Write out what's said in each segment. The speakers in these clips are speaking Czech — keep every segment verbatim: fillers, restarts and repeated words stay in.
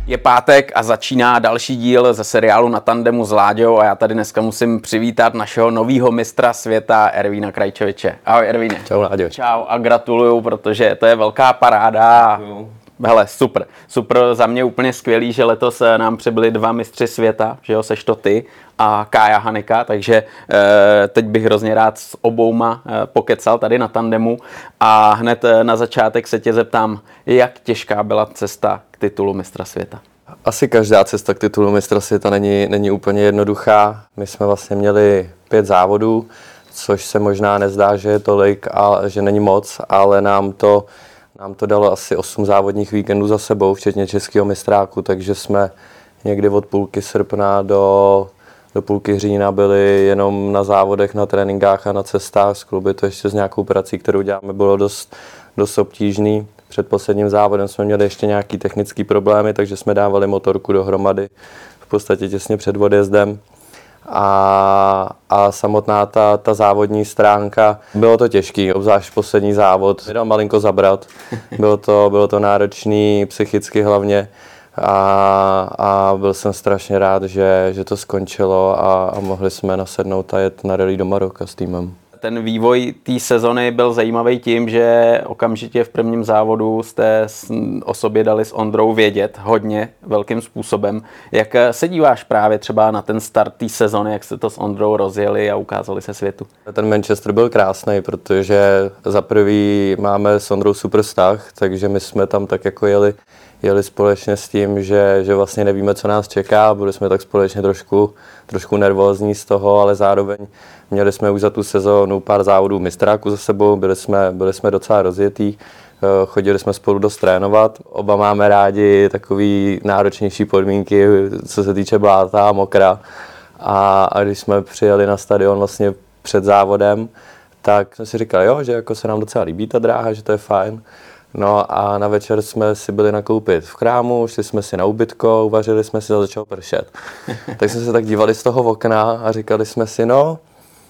Je pátek a začíná další díl ze seriálu Na tandemu s Láďou a já tady dneska musím přivítat našeho novýho mistra světa Ervína Krajčoviče. Ahoj Ervíne. Čau Láďo. Čau a gratuluju, protože to je velká paráda. Děkuju. Hele, super, super, za mě úplně skvělý, že letos nám přibyli dva mistři světa, že jo, seš to ty a Kája Hanika, takže e, teď bych hrozně rád s obouma e, pokecal tady na tandemu a hned e, na začátek se tě zeptám, jak těžká byla cesta k titulu mistra světa? Asi každá cesta k titulu mistra světa není, není úplně jednoduchá. My jsme vlastně měli pět závodů, což se možná nezdá, že je tolik a že není moc, ale nám to Nám to dalo asi osm závodních víkendů za sebou, včetně českého mistráku, takže jsme někdy od půlky srpna do, do půlky října byli jenom na závodech, na tréninkách a na cestách z kluby. To ještě s nějakou prací, kterou děláme, bylo dost, dost obtížný. Před posledním závodem jsme měli ještě nějaké technické problémy, takže jsme dávali motorku dohromady v podstatě těsně před odjezdem. A, a samotná ta, ta závodní stránka, bylo to těžký, obzvlášť poslední závod, mi dal malinko zabrat, bylo to, bylo to náročný psychicky hlavně a, a byl jsem strašně rád, že, že to skončilo a, a mohli jsme nasednout a jet na rally do Maroka s týmem. Ten vývoj té sezony byl zajímavý tím, že okamžitě v prvním závodu jste o sobě dali s Ondrou vědět hodně velkým způsobem. Jak se díváš právě třeba na ten start té sezony, jak jste to s Ondrou rozjeli a ukázali se světu? Ten Manchester byl krásný, protože za prvý máme s Ondrou super vztah, takže my jsme tam tak jako jeli, jeli společně s tím, že, že vlastně nevíme, co nás čeká, byli jsme tak společně trošku, trošku nervózní z toho, ale zároveň měli jsme už za tu sezónu pár závodů mistráku za sebou, byli jsme, byli jsme docela rozjetý, chodili jsme spolu dost trénovat. Oba máme rádi takový náročnější podmínky, co se týče bláta a mokra. A, a když jsme přijeli na stadion vlastně před závodem, tak jsme si říkali, jo, že jako se nám docela líbí ta dráha, že to je fajn. No a na večer jsme si byli nakoupit v krámu, šli jsme si na ubytko, uvařili jsme si a začalo pršet. Tak jsme se tak dívali z toho okna a říkali jsme si, no,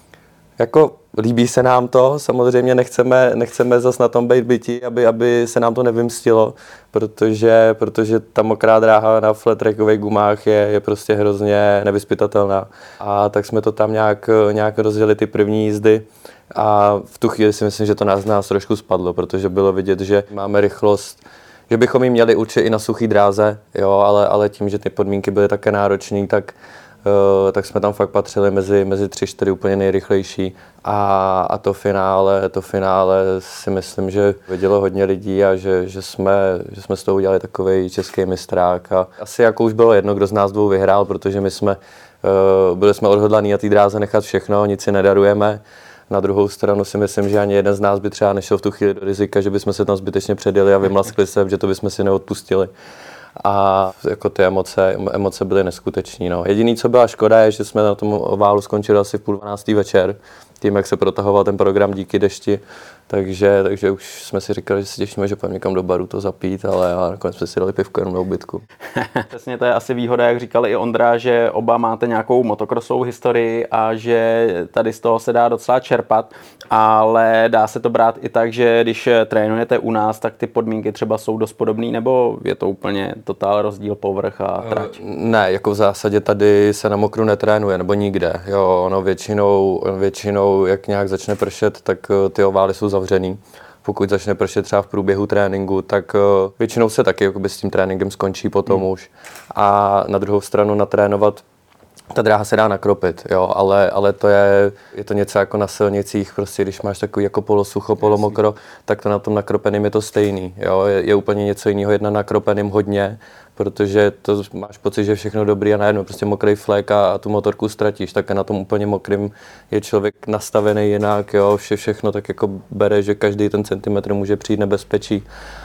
jako líbí se nám to, samozřejmě nechceme, nechceme zas na tom být byti, aby, aby se nám to nevymstilo, protože, protože ta mokrá dráha na flat trackových gumách je, je prostě hrozně nevyzpytatelná. A tak jsme to tam nějak, nějak rozdělili ty první jízdy a v tu chvíli si myslím, že to nás, nás trošku spadlo, protože bylo vidět, že máme rychlost, že bychom ji měli určitě i na suchý dráze, jo, ale, ale tím, že ty podmínky byly také náročné, tak Uh, tak jsme tam fakt patřili mezi, mezi tři, čtyři úplně nejrychlejší a, a to finále, to finále si myslím, že vidělo hodně lidí a že, že, jsme, že jsme z toho udělali takovej český mistrák a asi jako už bylo jedno, kdo z nás dvou vyhrál, protože my jsme uh, byli jsme odhodlaní na té dráze nechat všechno, nic si nedarujeme. Na druhou stranu si myslím, že ani jeden z nás by třeba nešel v tu chvíli do rizika, že bychom se tam zbytečně předjeli a vymlaskli se, že to bychom si neodpustili. A jako ty emoce, emoce byly neskuteční. No. Jediný, co byla škoda, je, že jsme na tom oválu skončili asi v půl dvanáctý večer, tím, jak se protahoval ten program díky dešti. Takže, takže už jsme si říkali, že si těšíme, že půjdeme někam do baru to zapít, ale, ale nakonec jsme si dali pivko jenom na ubytku. Přesně, to je asi výhoda, jak říkal i Ondra, že oba máte nějakou motokrosovou historii a že tady z toho se dá docela čerpat, ale dá se to brát i tak, že když trénujete u nás, tak ty podmínky třeba jsou dost podobný, nebo je to úplně totál rozdíl povrch a trať? Ne, jako v zásadě tady se na mokru netrénuje, nebo nikde. Jo, ono většinou, většinou, jak nějak začne pršet, tak ty ovály jsou zavřený. Pokud začne pršet třeba v průběhu tréninku, tak většinou se taky jakoby s tím tréninkem skončí potom hmm. už. A na druhou stranu natrénovat, ta dráha se dá nakropit, jo, ale, ale to je, je to něco jako na silnicích, prostě když máš takový jako polosucho, polomokro, tak to na tom nakropeným je to stejný, jo, je, je úplně něco jiného jedna nakropeným hodně, protože to máš pocit, že je všechno dobrý a najednou prostě mokrý flek a, a tu motorku ztratíš, tak na tom úplně mokrým je člověk nastavený jinak, jo, vše, všechno tak jako bere, že každý ten centimetr může přijít nebezpečí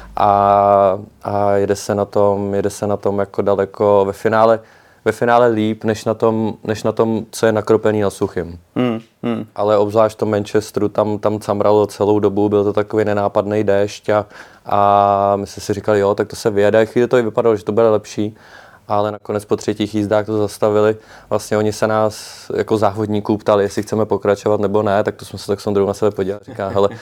a, a jede se na tom, jede se na tom jako daleko ve finále, ve finále líp, než na tom, než na tom, co je nakropený na suchým. Hmm, hmm. Ale obzvlášť v tom Manchesteru, tam, tam camralo celou dobu, byl to takový nenápadný déšť a, a my jsme si říkali, jo, tak to se vyjede. Chvíli to i vypadalo, že to bude lepší, ale nakonec po třetích jízdách to zastavili. Vlastně oni se nás jako závodníků ptali, jestli chceme pokračovat nebo ne, tak to jsme se tak s Ondrou na sebe podívali. Říká, hele,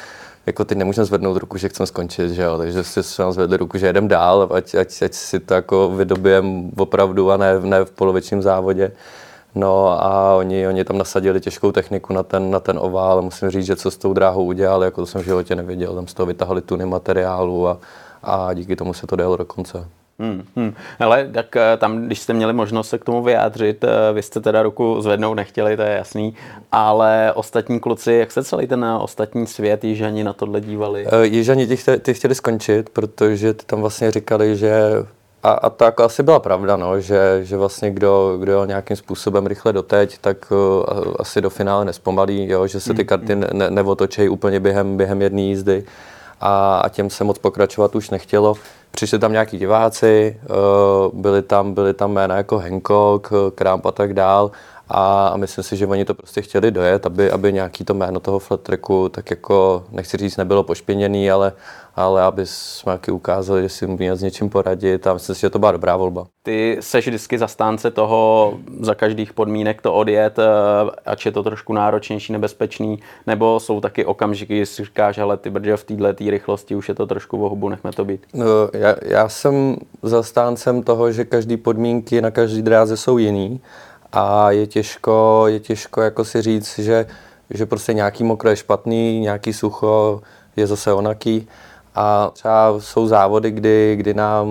jako teď nemůžeme zvednout ruku, že chceme skončit, že jo, takže si jsme zvedli ruku, že jedem dál, ať, ať, ať si to jako vydobijem opravdu a ne, ne v polovičním závodě. No a oni, oni tam nasadili těžkou techniku na ten, na ten ovál a musím říct, že co s tou dráhou udělali, jako to jsem v životě neviděl, tam z toho vytahali tuny materiálu a, a díky tomu se to dalo do konce. Hmm, hmm. Hele, tak tam, když jste měli možnost se k tomu vyjádřit, vy jste teda ruku zvednout nechtěli, to je jasný, ale ostatní kluci, jak se celý ten ostatní svět, Jižani na tohle dívali? Jižani ty, chtěli, ty chtěli skončit, protože ty tam vlastně říkali, že a, a to jako asi byla pravda, no, že, že vlastně kdo, kdo nějakým způsobem rychle doteď, tak uh, asi do finále nespomalí, jo, že se ty karty ne, neotočejí úplně během, během jedné jízdy a, a těm se moc pokračovat už nechtělo. Přišli tam nějaký diváci, uh, byli tam, byli tam jména jako Hancock, Kramp a tak dál a, a myslím si, že oni to prostě chtěli dojet, aby, aby nějaký to jméno toho flat tracku tak jako, nechci říct, nebylo pošpiněný, ale ale aby jsme taky ukázali, že si umíme s něčím poradit a myslím si, že to byla dobrá volba. Ty seš vždycky zastánce toho za každých podmínek to odjet, ač je to trošku náročnější, nebezpečný, nebo jsou taky okamžiky, kdy si říkáš, ale ty brďo v této rychlosti už je to trošku o hubu, nechme to být. No, já, já jsem zastáncem toho, že každý podmínky na každý dráze jsou jiný a je těžko, je těžko jako si říct, že, že prostě nějaký mokro je špatný, nějaký sucho je zase onaký. A třeba jsou závody, kdy, kdy nám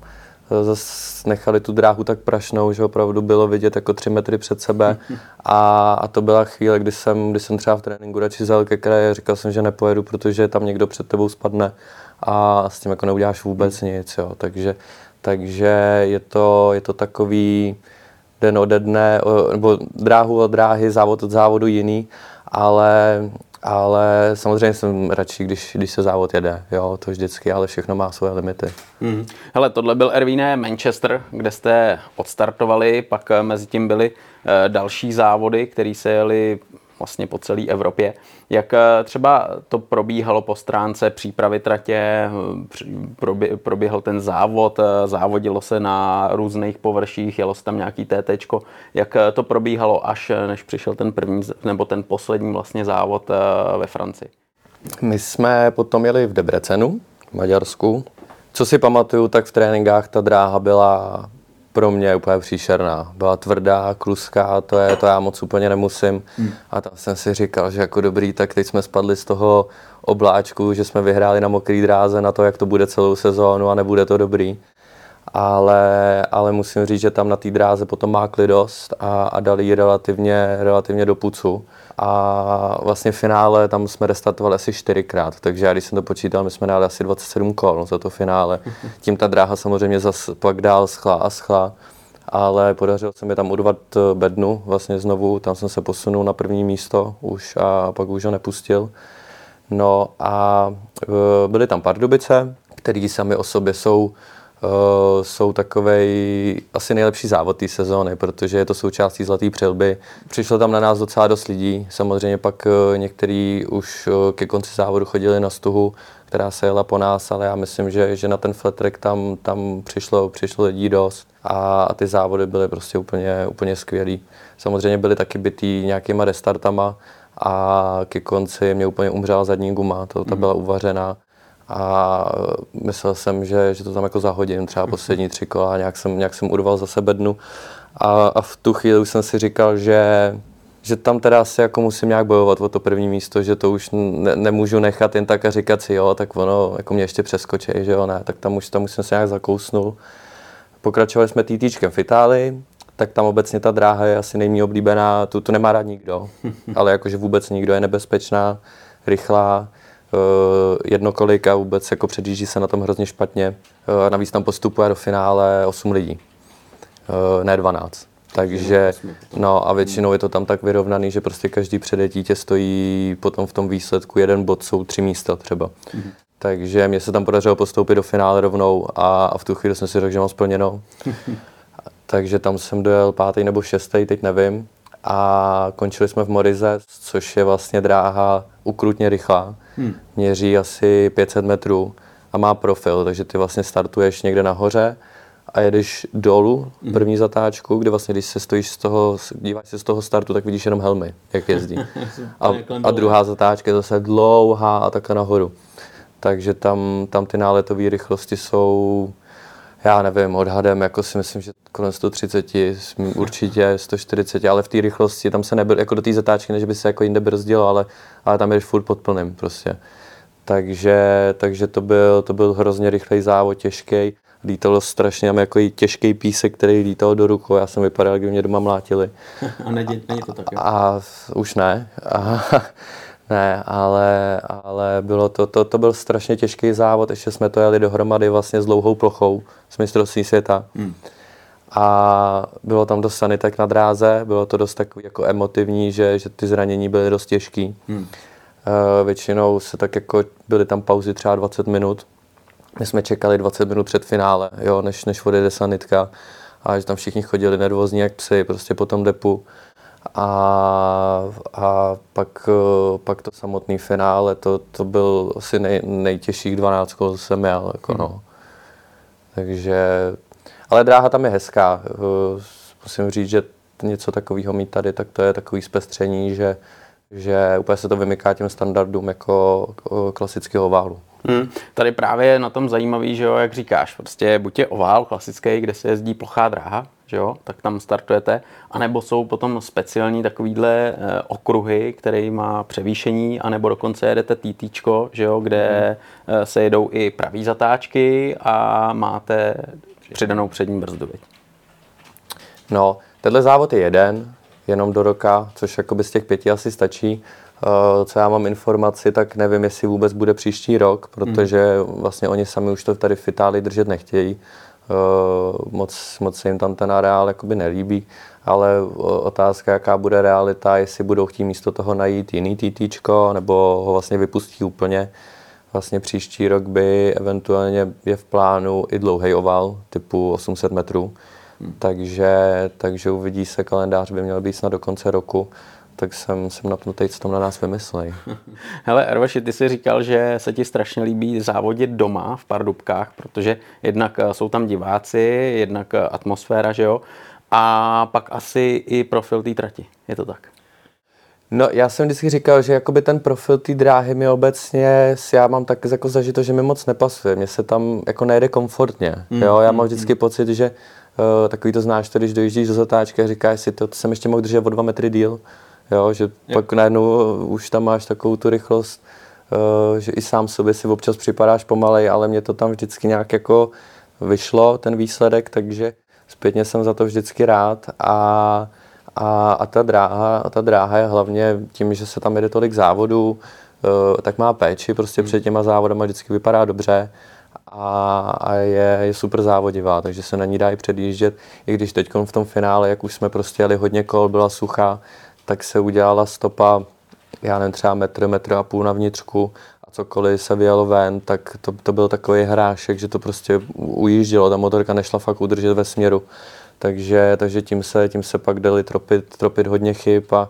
zase nechali tu dráhu tak prašnou, že opravdu bylo vidět jako tři metry před sebe. A, a to byla chvíle, kdy jsem, kdy jsem třeba v tréninku radši zajel ke kraji a říkal jsem, že nepojedu, protože tam někdo před tebou spadne a s tím jako neuděláš vůbec nic. Jo. Takže, takže je to, je to takový den ode dne, nebo dráhu od dráhy, závod od závodu jiný, ale Ale samozřejmě jsem radši, když, když se závod jede, jo, to vždycky, ale všechno má svoje limity. Hmm. Hele, tohle byl Ervíne Manchester, kde jste odstartovali, pak mezi tím byly e, další závody, které se jeli vlastně po celé Evropě. Jak třeba to probíhalo po stránce přípravy tratě, proběhl ten závod, závodilo se na různých površích, jelo se tam nějaký tétéčko. Jak to probíhalo, až než přišel ten první nebo ten poslední vlastně závod ve Francii? My jsme potom jeli v Debrecenu, v Maďarsku. Co si pamatuju, tak v tréninkách ta dráha byla pro mě úplně příšerná. Byla tvrdá, kluská, to je, to já moc úplně nemusím. Hmm. A tam jsem si říkal, že jako dobrý, tak teď jsme spadli z toho obláčku, že jsme vyhráli na mokrý dráze na to, jak to bude celou sezónu a nebude to dobrý. Ale, ale musím říct, že tam na té dráze potom mákli dost a, a dali ji relativně, relativně do pucu. A vlastně v finále tam jsme restartovali asi čtyřikrát, takže já když jsem to počítal, my jsme dali asi dvacet sedm kol za to finále. Tím ta dráha samozřejmě zas pak dál schla a schla, ale podařilo se mi tam urvat bednu vlastně znovu, tam jsem se posunul na první místo už a pak už ho nepustil. No a byly tam Pardubice, které sami o sobě jsou Uh, jsou takovej asi nejlepší závod té sezóny, protože je to součástí Zlaté přilby. Přišlo tam na nás docela dost lidí, samozřejmě pak uh, některý už uh, ke konci závodu chodili na stuhu, která se jela po nás, ale já myslím, že, že na ten flat track tam, tam přišlo, přišlo lidí dost a, a ty závody byly prostě úplně, úplně skvělý. Samozřejmě byly taky bitý nějakýma restartama a ke konci mě úplně umřela zadní guma, to, ta byla uvařená. A myslel jsem, že, že to tam jako zahodím, třeba poslední tři kola, nějak jsem, nějak jsem urval zase bednu a, a v tu chvíli už jsem si říkal, že, že tam teda asi jako musím nějak bojovat o to první místo, že to už ne, nemůžu nechat jen tak a říkat si jo, tak ono jako mě ještě přeskočí, že jo, ne, tak tam už, tam už jsem se nějak zakousnul. Pokračovali jsme TTčkem v Itálii, tak tam obecně ta dráha je asi nejméně oblíbená, tu, tu nemá rád nikdo, ale jakože vůbec nikdo, je nebezpečná, rychlá. Jednokolik a vůbec jako předjíždí se na tom hrozně špatně. Navíc tam postupuje do finále osm lidí, ne dvanáct. Takže, no a většinou je to tam tak vyrovnaný, že prostě každý předjetí tě stojí potom v tom výsledku jeden bod, jsou tři místa třeba. Mhm. Takže mě se tam podařilo postoupit do finále rovnou a, a v tu chvíli jsem si řekl, že mám splněno. Takže tam jsem dojel pátý nebo šestý, teď nevím. A končili jsme v Morize, což je vlastně dráha ukrutně rychlá. Hmm. Měří asi pět set metrů a má profil, takže ty vlastně startuješ někde nahoře a jedeš dolů první zatáčku, kde vlastně, když se stojíš z toho, díváš se z toho startu, tak vidíš jenom helmy, jak jezdí. A, a druhá zatáčka je zase dlouhá a takhle nahoru. Takže tam, tam ty náletové rychlosti jsou, já nevím, odhadem, jako si myslím, že kolem sto třicet, určitě sto čtyřicet, ale v té rychlosti tam se nebyl, jako do té zatáčky, než by se jako jinde brzdilo, ale, ale tam jdeš furt pod plným prostě. Takže, takže to byl, to byl hrozně rychlej závod, těžký. Lítalo strašně, mám jako těžký písek, který lítal do rukou, já jsem vypadal, kdyby mě doma mlátili. A není, není to tak, jo? A už ne. A, ne, ale, ale bylo to, to, to byl strašně těžký závod, ještě jsme to jeli dohromady vlastně s dlouhou plochou z mistrovství světa. Hmm. A bylo tam dost sanitek na dráze, bylo to dost takový jako emotivní, že, že ty zranění byly dost těžký. Hmm. Uh, většinou se tak jako byly tam pauzy třeba dvacet minut. My jsme čekali dvacet minut před finále, jo, než, než odjede sanitka. A že tam všichni chodili nervózní jak psy, prostě po tom depu. A, a pak, pak to samotné finále, to, to byl asi nej, nejtěžších dvanáct kol jsem jel, jako hmm. no. Takže, ale dráha tam je hezká. Musím říct, že něco takového mít tady, tak to je takový zpestření, že, že úplně se to vymyká těm standardům jako klasického oválu. Hmm. Tady právě je na tom zajímavý, že jo, jak říkáš, prostě buď je ovál klasický, kde se jezdí plochá dráha, že jo, tak tam startujete, anebo jsou potom speciální takovýhle e, okruhy, který má převýšení, anebo dokonce jedete TTčko, že jo, kde hmm. e, se jedou i pravý zatáčky a máte přidanou přední brzdu. No, tenhle závod je jeden, jenom do roka, což jakoby z těch pěti asi stačí. Uh, co já mám informaci, tak nevím, jestli vůbec bude příští rok, protože vlastně oni sami už to tady v Itálii držet nechtějí. Uh, moc, moc se jim tam ten areál jakoby nelíbí, ale otázka, jaká bude realita, jestli budou chtít místo toho najít jiný TTčko, nebo ho vlastně vypustí úplně. Vlastně příští rok by eventuálně je v plánu i dlouhý oval, typu osm set metrů. Hmm. Takže, takže uvidí se, kalendář by měl být snad do konce roku. Tak jsem, jsem napnutý, co tam na nás vymyslej. Hele, Ervaši, ty jsi říkal, že se ti strašně líbí závodit doma v Pardubkách, protože jednak jsou tam diváci, jednak atmosféra, že jo? A pak asi i profil té trati, je to tak? No, já jsem vždycky říkal, že jakoby ten profil té dráhy mi obecně, já mám tak jako zažito, že mi moc nepasuje. Mně se tam jako nejde komfortně, mm, jo? Já mám vždycky mm. pocit, že uh, takový to znáš, to, když dojíždíš do zatáčky a říkáš si, to, to jsem ještě mohl držet o dva metry díl. Jo, že yep. pak najednou už tam máš takovou tu rychlost, uh, že i sám sobě si občas připadáš pomalej, ale mě to tam vždycky nějak jako vyšlo, ten výsledek, takže zpětně jsem za to vždycky rád a, a, a, ta, dráha, a ta dráha je hlavně tím, že se tam jede tolik závodů, uh, tak má péči, prostě hmm. před těma závodama vždycky vypadá dobře a, a je, je super závodivá, takže se na ní dá i předjíždět, i když teď v tom finále, jak už jsme prostě jeli hodně kol, byla suchá, tak se udělala stopa, já nevím, třeba metr, metr a půl na vnitřku a cokoliv se vyjelo ven, tak to, to byl takový hrášek, že to prostě ujíždělo, ta motorka nešla fakt udržet ve směru. Takže, takže tím, se, tím se pak dali tropit, tropit hodně chyb a,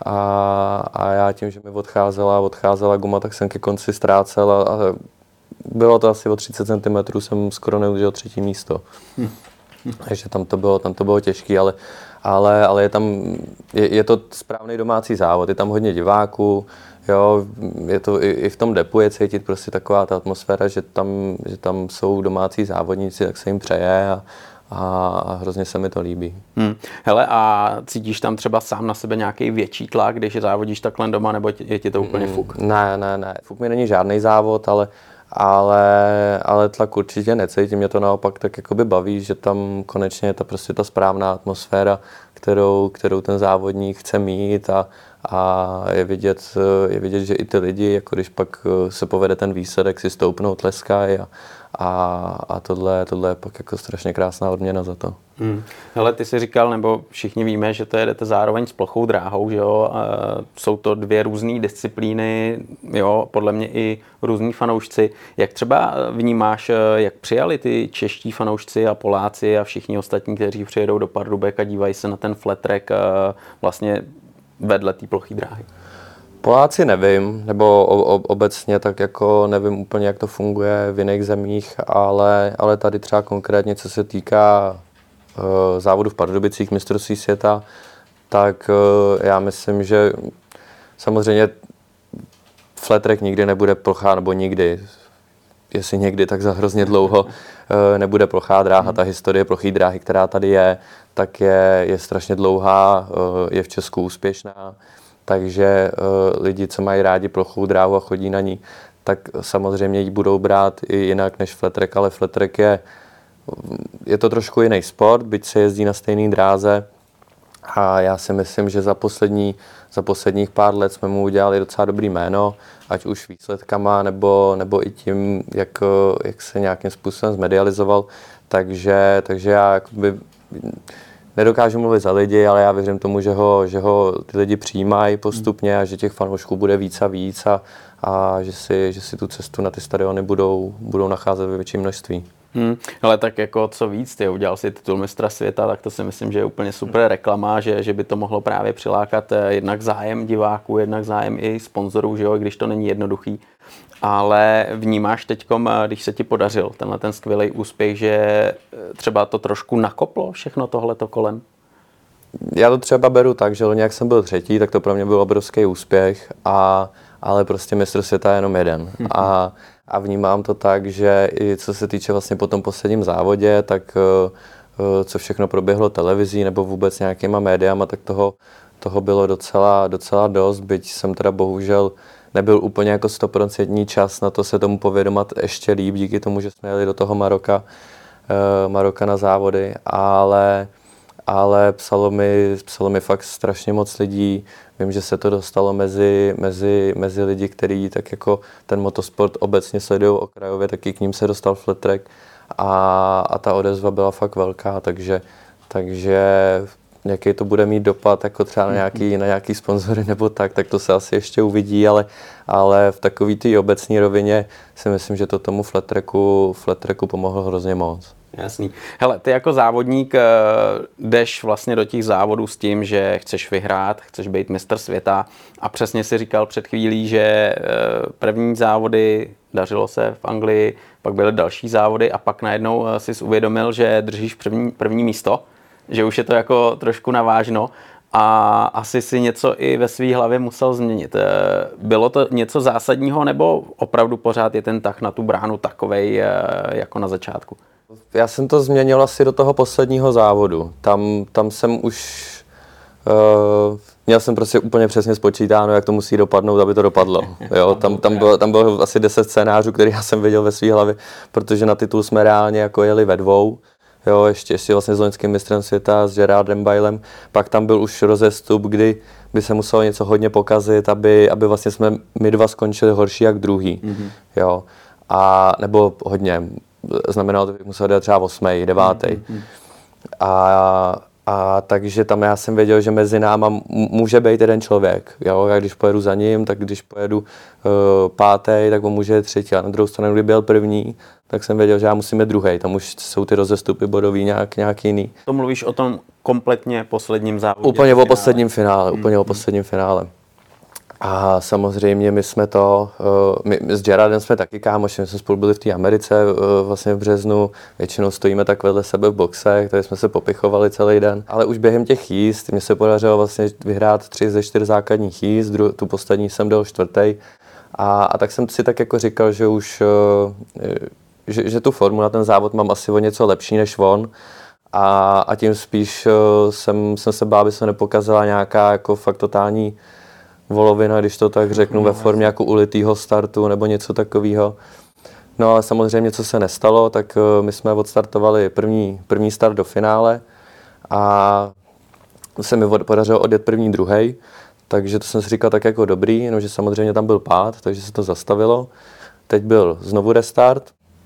a, a já tím, že mi odcházela, odcházela guma, tak jsem ke konci ztrácel a, a bylo to asi o třicet centimetrů, jsem skoro neudržel třetí místo. Hm. Takže tam to bylo, tam to bylo těžké, ale Ale, ale je tam, je, je to správný domácí závod, je tam hodně diváků, jo, je to i, i v tom depu je cítit prostě taková ta atmosféra, že tam, že tam jsou domácí závodníci, tak se jim přeje a, a hrozně se mi to líbí. Hmm. Hele, a cítíš tam třeba sám na sebe nějaký větší tlak, když závodíš takhle doma, nebo je ti to úplně fuk? Ne, ne, ne, fuk mi není žádný závod, ale Ale, ale tlak určitě necítím, mě to naopak tak jakoby baví, že tam konečně je ta prostě ta správná atmosféra, kterou, kterou ten závodník chce mít a, a je, vidět, je vidět, že i ty lidi, jako když pak se povede ten výsledek, si stoupnou, tleskají a, a, a tohle, tohle je pak jako strašně krásná odměna za to. Hmm. Hele, ty jsi říkal, nebo všichni víme, že to jedete zároveň s plochou dráhou, že jo? E, jsou to dvě různé disciplíny, jo, podle mě i různí fanoušci. Jak třeba vnímáš, jak přijali ty čeští fanoušci a Poláci a všichni ostatní, kteří přijedou do Pardubek a dívají se na ten flat track e, vlastně vedle té ploché dráhy? Poláci nevím, nebo o, o, obecně tak jako nevím úplně, jak to funguje v jiných zemích, ale, ale tady třeba konkrétně, co se týká uh, závodu v Pardubicích, mistrovství světa, tak uh, já myslím, že samozřejmě flat track nikdy nebude plochá, nebo nikdy, jestli někdy, tak za hrozně dlouho uh, nebude plochá dráha. Ta historie plochý dráhy, která tady je, tak je, je strašně dlouhá, uh, je v Česku úspěšná. Takže uh, lidi, co mají rádi plochou dráhu a chodí na ní, tak samozřejmě ji budou brát i jinak než flat track, ale flat track je, je to trošku jiný sport, byť se jezdí na stejné dráze a já si myslím, že za, poslední, za posledních pár let jsme mu udělali docela dobrý jméno, ať už výsledkama nebo, nebo i tím, jak, jak se nějakým způsobem zmedializoval, takže, takže já jakoby nedokážu mluvit za lidi, ale já věřím tomu, že ho, že ho ty lidi přijímají postupně a že těch fanoušků bude víc a víc a, a že, si, že si tu cestu na ty stadiony budou, budou nacházet ve větším množství. Hmm, ale tak jako co víc, ty udělal si titul mistra světa, tak to si myslím, že je úplně super reklama, že, že by to mohlo právě přilákat jednak zájem diváků, jednak zájem i sponzorů, že jo, když to není jednoduchý. Ale vnímáš teďkom, když se ti podařil tenhle ten skvělý úspěch, že třeba to trošku nakoplo všechno tohleto kolem? Já to třeba beru tak, že nějak jsem byl třetí, tak to pro mě byl obrovský úspěch, a, ale prostě mistr světa je jenom jeden. A, a vnímám to tak, že i co se týče vlastně po tom posledním závodě, tak co všechno proběhlo televizí nebo vůbec nějakýma médiama, tak toho, toho bylo docela, docela dost, byť jsem teda bohužel nebyl úplně jako stoprocentní čas na to se tomu povědomat ještě líp, díky tomu, že jsme jeli do toho Maroka, uh, Maroka na závody, ale, ale psalo mi, psalo mi fakt strašně moc lidí. Vím, že se to dostalo mezi, mezi, mezi lidi, kteří tak jako ten motosport obecně sledují okrajově, taky k ním se dostal flat track a, a ta odezva byla fakt velká, takže, takže jaký to bude mít dopad jako třeba na nějaký, na nějaký sponzory nebo tak, tak to se asi ještě uvidí, ale, ale v takový té obecní rovině si myslím, že to tomu flat tracku, flat tracku pomohlo hrozně moc. Jasný. Hele, ty jako závodník jdeš vlastně do těch závodů s tím, že chceš vyhrát, chceš být mistr světa a přesně si říkal před chvílí, že první závody dařilo se v Anglii, pak byly další závody a pak najednou jsi uvědomil, že držíš první, první místo, že už je to jako trošku navážno a asi si něco i ve své hlavě musel změnit. Bylo to něco zásadního nebo opravdu pořád je ten tah na tu bránu takovej jako na začátku? Já jsem to změnil asi do toho posledního závodu. Tam, tam jsem už uh, měl jsem prostě úplně přesně spočítáno, jak to musí dopadnout, aby to dopadlo. Jo, tam, tam, bylo, tam bylo asi deset scénářů, který já jsem viděl ve své hlavě, protože na titul jsme reálně jako jeli ve dvou. Jo, ještě, ještě vlastně s loňským mistrem světa, s Gerardem Bailem. Pak tam byl už rozestup, kdy by se muselo něco hodně pokazit, aby, aby vlastně jsme my dva skončili horší jak druhý. Mm-hmm. Jo, a nebo hodně. Znamenalo to, že bych musel dát třeba osmý, devátý. Mm-hmm. A, a takže tam já jsem věděl, že mezi náma může být jeden člověk. Jo? Já když pojedu za ním, tak když pojedu uh, pátý, tak on může třetí. A na druhou stranu, kdyby byl první, tak jsem věděl, že já musím být druhý. Tam už jsou ty rozestupy bodový nějak, nějak jiný. To mluvíš o tom kompletně posledním závodě? Úplně o posledním finále, úplně mm-hmm. o posledním finále. A samozřejmě my jsme to, my, my s Gerardem jsme taky kámoši, my jsme spolu byli v té Americe vlastně v březnu, většinou stojíme tak vedle sebe v boxech, tady jsme se popichovali celý den, ale už během těch jízd mi se podařilo vlastně vyhrát tři ze čtyř základních jízd, tu poslední jsem dal čtvrtý a, a tak jsem si tak jako říkal, že už, že, že tu formu na ten závod mám asi o něco lepší než on. A, a tím spíš jsem, jsem se bál, aby se nepokazila nějaká jako fakt totální volovina, když to tak řeknu, ve formě jako ulitýho startu nebo něco takového. No ale samozřejmě, co se nestalo, tak my jsme odstartovali první, první start do finále a se mi podařilo odjet první, druhý, takže to jsem si říkal tak jako dobrý, jenomže samozřejmě tam byl pád, takže se to zastavilo. Teď byl znovu restart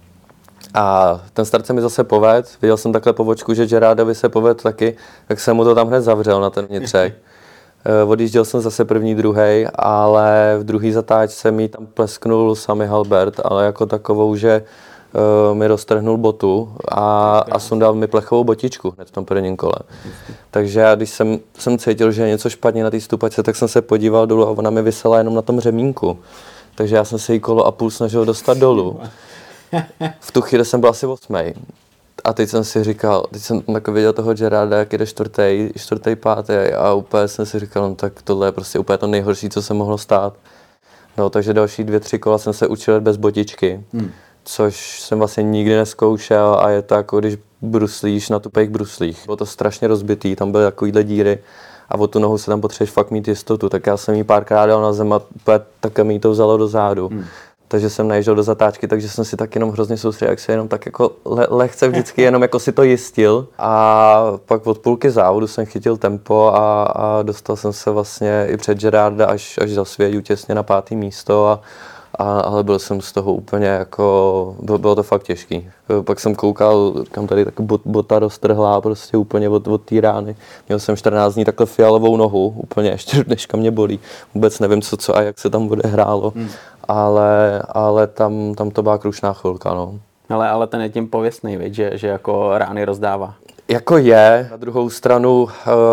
a ten start se mi zase povedl. Viděl jsem takhle po očku, že Gerardovi se povedl taky, tak jsem mu to tam hned zavřel na ten vnitřek. Odjížděl jsem zase první, druhý, ale v druhý zatáčce mi tam plesknul Sami Halbert, ale jako takovou, že uh, mi roztrhnul botu a, a sundal mi plechovou botičku hned v tom prvním kole. Takže já, když jsem, jsem cítil, že je něco špatně na té stupačce, tak jsem se podíval dolů a ona mi visela jenom na tom řemínku. Takže já jsem se jí kolo a půl snažil dostat dolů. V tu chvíli jsem byl asi osmej. A teď jsem si říkal, teď jsem tak viděl toho Gerarda, jak jde čtvrtý, čtvrtý, pátý a úplně jsem si říkal, no tak tohle je prostě úplně to nejhorší, co se mohlo stát. No takže další dvě, tři kola jsem se učil bez botičky, hmm. což jsem vlastně nikdy neskoušel a je to jako když bruslíš na tupých bruslích. Bylo to strašně rozbitý, tam byly takovýhle díry a o tu nohu se tam potřebuješ fakt mít jistotu, tak já jsem jí párkrát dal na zem a úplně také mi to vzalo do zádu. Hmm. Takže jsem najížděl do zatáčky, takže jsem si tak jenom hrozně soustředil, jak se jenom tak jako le- lehce vždycky jenom jako si to jistil. A pak od půlky závodu jsem chytil tempo a, a dostal jsem se vlastně i před Gerarda až, až za Svěďu těsně na pátý místo. A, a, ale byl jsem z toho úplně jako, bylo, bylo to fakt těžký. Pak jsem koukal, kam tady tak bot, bota roztrhlá prostě úplně od, od té rány. Měl jsem čtrnáct dní takhle fialovou nohu, úplně ještě dneška mě bolí. Vůbec nevím co, co a jak se tam bude hrálo. Hmm. Ale, ale tam, tam to byla krušná chvilka, no. Ale, ale ten je tím pověstný, viď? Že, že jako rány rozdává. Jako je, na druhou stranu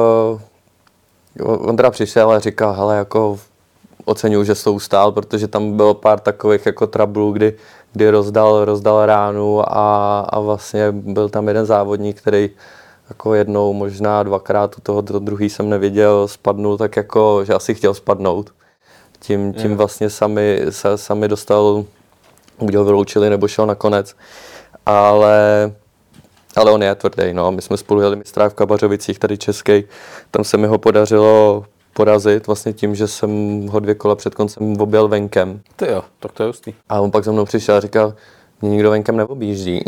uh, on teda přišel a říkal, hele, jako oceňuju, že jsi to ustál, protože tam bylo pár takových jako trablů, kdy, kdy rozdal, rozdal ránu a, a vlastně byl tam jeden závodník, který jako jednou, možná dvakrát u toho druhý jsem neviděl, spadnul tak jako, že asi chtěl spadnout. Tím, tím vlastně sami, sami dostal, buď ho vyloučili, nebo šel nakonec. Ale, ale on je tvrdý, no. My jsme spolu jeli mistra v Kabařovicích, tady český. Tam se mi ho podařilo porazit vlastně tím, že jsem ho dvě kola před koncem objel venkem. To jo, tak to je hustý. A on pak za mnou přišel a říkal, mě nikdo venkem neobjíždí.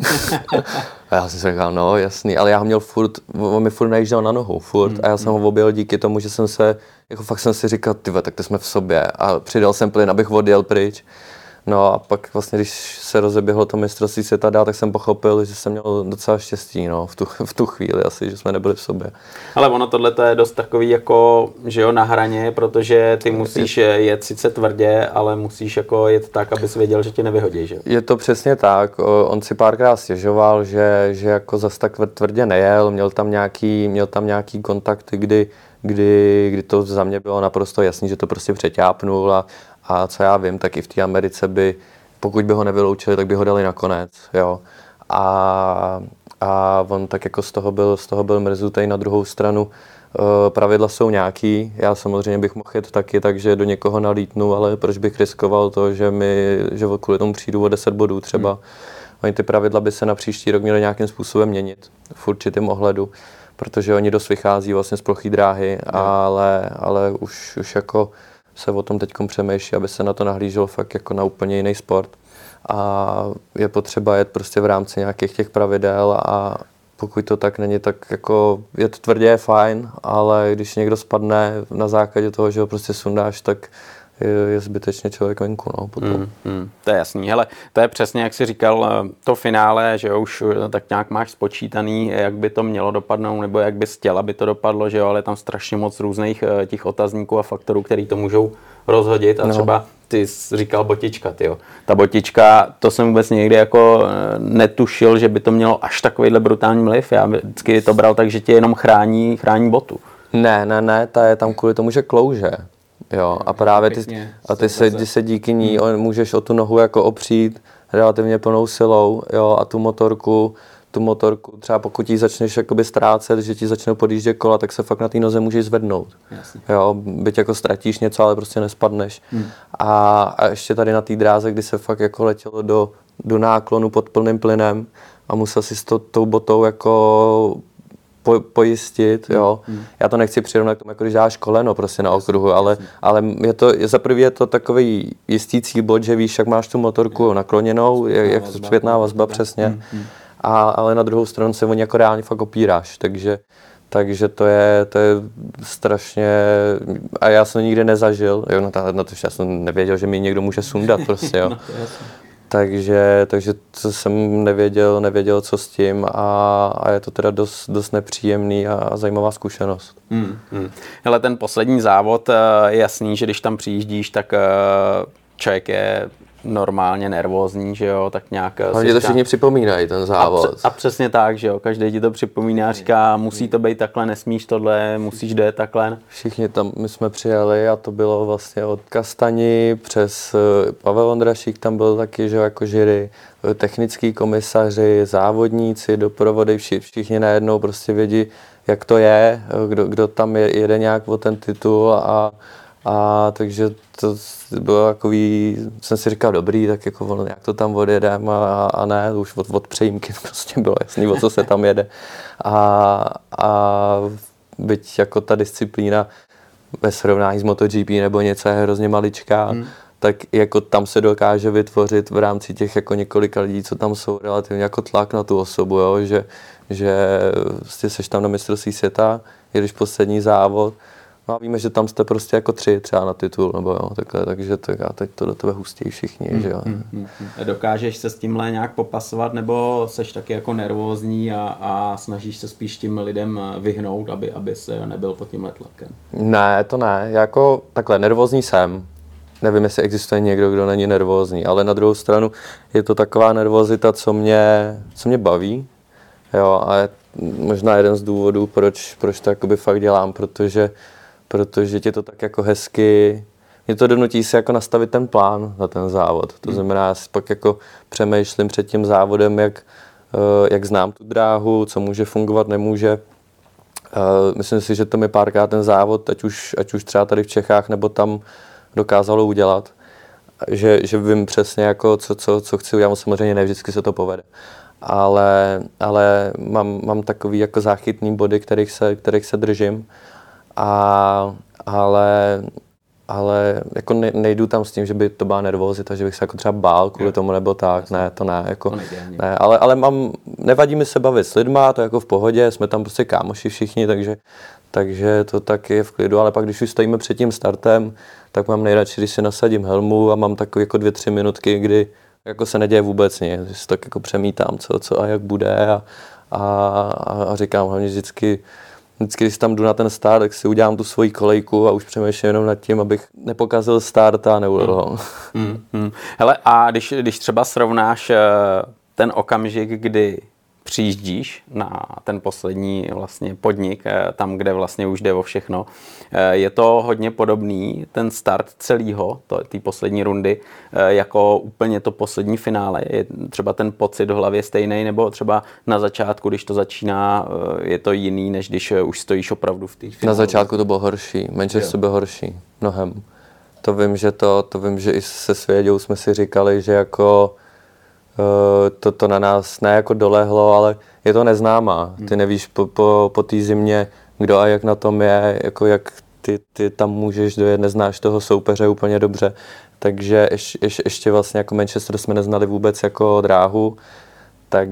A já jsem si říkal, no jasný, ale já ho měl furt, on mi furt najížděl na nohu, furt. A já jsem ho objel díky tomu, že jsem se, jako fakt jsem si říkal, tyve, tak to jsme v sobě. A přidal jsem plyn, abych odjel pryč. No a pak vlastně, když se rozeběhlo to mistrovství světa dál, tak jsem pochopil, že jsem měl docela štěstí, no, v tu, v tu chvíli asi, že jsme nebyli v sobě. Ale ono tohle je dost takový jako, že jo, na hraně, protože ty musíš jet sice tvrdě, ale musíš jako jet tak, abys věděl, že tě nevyhodí, že jo? Je to přesně tak, on si párkrát stěžoval, že, že jako zas tak tvrdě nejel, měl tam nějaký, měl tam nějaký kontakty, kdy, kdy, kdy to za mě bylo naprosto jasný, že to prostě přeťápnul a A co já vím, tak i v té Americe by, pokud by ho nevyloučili, tak by ho dali nakonec, jo. A, a on tak jako z toho byl, z toho byl mrzutej. Na druhou stranu uh, pravidla jsou nějaký, já samozřejmě bych mohl jet taky, takže do někoho nalítnu, ale proč bych riskoval to, že mi, že kvůli tomu přijdu o deset bodů třeba. Hmm. Oni ty pravidla by se na příští rok měly nějakým způsobem měnit v určitém ohledu, protože oni dost vychází vlastně z plochý dráhy, hmm. ale, ale už, už jako se o tom teďkom přemýšlí, aby se na to nahlíželo fakt jako na úplně jiný sport. A je potřeba jet prostě v rámci nějakých těch pravidel a pokud to tak není, tak jako jet tvrdě je fajn, ale když někdo spadne na základě toho, že ho prostě sundáš, tak je, je zbytečně člověk venku, no, potom. Mm, mm, to je jasný. Hele, to je přesně, jak jsi říkal, to finále, že jo, už tak nějak máš spočítaný, jak by to mělo dopadnout, nebo jak bys chtěl, aby to dopadlo, že jo, ale tam strašně moc různých těch otazníků a faktorů, který to můžou rozhodit a no. Třeba ty jsi říkal botička, tyjo. Ta botička, to jsem vůbec někdy jako netušil, že by to mělo až takovýhle brutální vliv. Já vždycky to bral tak, že tě jenom chrání, chrání botu. Ne, ne, ne, ta je tam kvůli tomu, že klouže. Jo, a právě ty, a ty se, ty se díky ní hmm. můžeš o tu nohu jako opřít relativně plnou silou, jo, a tu motorku, tu motorku, třeba pokud ji začneš jakoby ztrácet, že ti začnou podjíždět kola, tak se fakt na té noze můžeš zvednout. Jasně. Jo, byť jako ztratíš něco, ale prostě nespadneš. Hmm. A, a ještě tady na té dráze, kdy se fakt jako letělo do, do náklonu pod plným plynem a musel si s to, tou botou jako Po, pojistit, jo. Hmm. Já to nechci přirovnat k tomu, jako když dáš koleno prostě na okruhu, ale, ale je to, za prvý je to takový jistící bod, že víš, jak máš tu motorku nakloněnou, jak, jak to zpětná vazba, přesně. Hmm. Hmm. A, ale na druhou stranu se o ně jako reálně fakt opíráš, takže, takže to je, to je strašně, a já jsem to nikdy nezažil, jo, no to, no to já jsem nevěděl, že mi někdo může sundat prostě, jo. Takže, takže to jsem nevěděl, nevěděl, co s tím a, a je to teda dost, dost nepříjemný a, a zajímavá zkušenost. Hmm, hmm. Hele, ten poslední závod, je jasný, že když tam přijíždíš, tak člověk je normálně nervózní, že jo, tak nějak... Hlavně to všichni připomínají, ten závod. A, pře- a přesně tak, že jo, každý ti to připomíná, říká, musí to být takhle, nesmíš tohle, musíš dojet takhle. Všichni tam, my jsme přijeli a to bylo vlastně od Kastani přes Pavel Ondrašík, tam byl taky, že jo, jako jury, technický komisaři, závodníci, doprovody, všichni najednou prostě vědí, jak to je, kdo, kdo tam je, jede nějak o ten titul a A takže to bylo takový, jsem si říkal, dobrý, tak jako ono, jak to tam odjedem a, a ne, už od, od přejímky prostě bylo jasný, o co se tam jede. A, a byť jako ta disciplína ve srovnání s MotoGP nebo něco je hrozně maličká, hmm. tak jako tam se dokáže vytvořit v rámci těch jako několika lidí, co tam jsou, relativně jako tlak na tu osobu, jo? Že, že vlastně seš tam na mistrovství světa, jedeš poslední závod. No a víme, že tam jste prostě jako tři třeba na titul, nebo jo, takhle, takže tak a teď to do tebe hustějí všichni, mm, že jo. Mm, mm, mm. Dokážeš se s tímhle nějak popasovat, nebo seš taky jako nervózní a, a snažíš se spíš tím lidem vyhnout, aby, aby se nebyl pod tímhle tlakem? Ne, to ne, jako takhle, nervózní jsem. Nevím, jestli existuje někdo, kdo není nervózní, ale na druhou stranu je to taková nervozita, co mě, co mě baví, jo, a je možná jeden z důvodů, proč, proč to jakoby fakt dělám, protože protože tě to tak jako hezky, mě to donutí si jako nastavit ten plán na ten závod. To znamená, já si pak jako přemýšlím před tím závodem, jak, jak znám tu dráhu, co může fungovat, nemůže. Myslím si, že to mi párkrát ten závod, ať už, ať už třeba tady v Čechách, nebo tam dokázalo udělat. Že, že vím přesně, jako co, co, co chci udělat, samozřejmě ne vždycky se to povede. Ale, ale mám, mám takový jako záchytný body, kterých se, kterých se držím. A, ale, ale jako ne, nejdu tam s tím, že by to byla nervózita, že bych se jako třeba bál kvůli tomu nebo tak, ne, to ne, jako, to ne, ale, ale mám, nevadí mi se bavit s lidma, to je jako v pohodě, jsme tam prostě kámoši všichni, takže, takže to tak je v klidu, ale pak když už stojíme před tím startem, tak mám nejradši, když si nasadím helmu a mám takové jako dvě, tři minutky, kdy jako se neděje vůbec nic, že si tak jako přemítám, co, co a jak bude a, a, a říkám hlavně vždycky, Vždycky, když tam jdu na ten start, tak si udělám tu svoji kolejku a už přemýšlím jenom nad tím, abych nepokazil start a neudal ho. Hmm. Hmm. Hele, a když, když třeba srovnáš ten okamžik, kdy přijíždíš na ten poslední vlastně podnik, tam, kde vlastně už jde o všechno. Je to hodně podobný, ten start celého, té poslední rundy, jako úplně to poslední finále. Je třeba ten pocit v hlavě stejný, nebo třeba na začátku, když to začíná, je to jiný, než když už stojíš opravdu v té finále? Na začátku to bylo horší, Manchester byl horší, mnohem. To vím, že to, to vím, že i se Svěďou jsme si říkali, že jako To, to na nás ne jako dolehlo, ale je to neznámá. Ty nevíš po, po, po té zimě, kdo a jak na tom je, jako jak ty, ty tam můžeš dojet, neznáš toho soupeře úplně dobře. Takže ješ, ješ, ještě vlastně jako Manchester jsme neznali vůbec jako dráhu, tak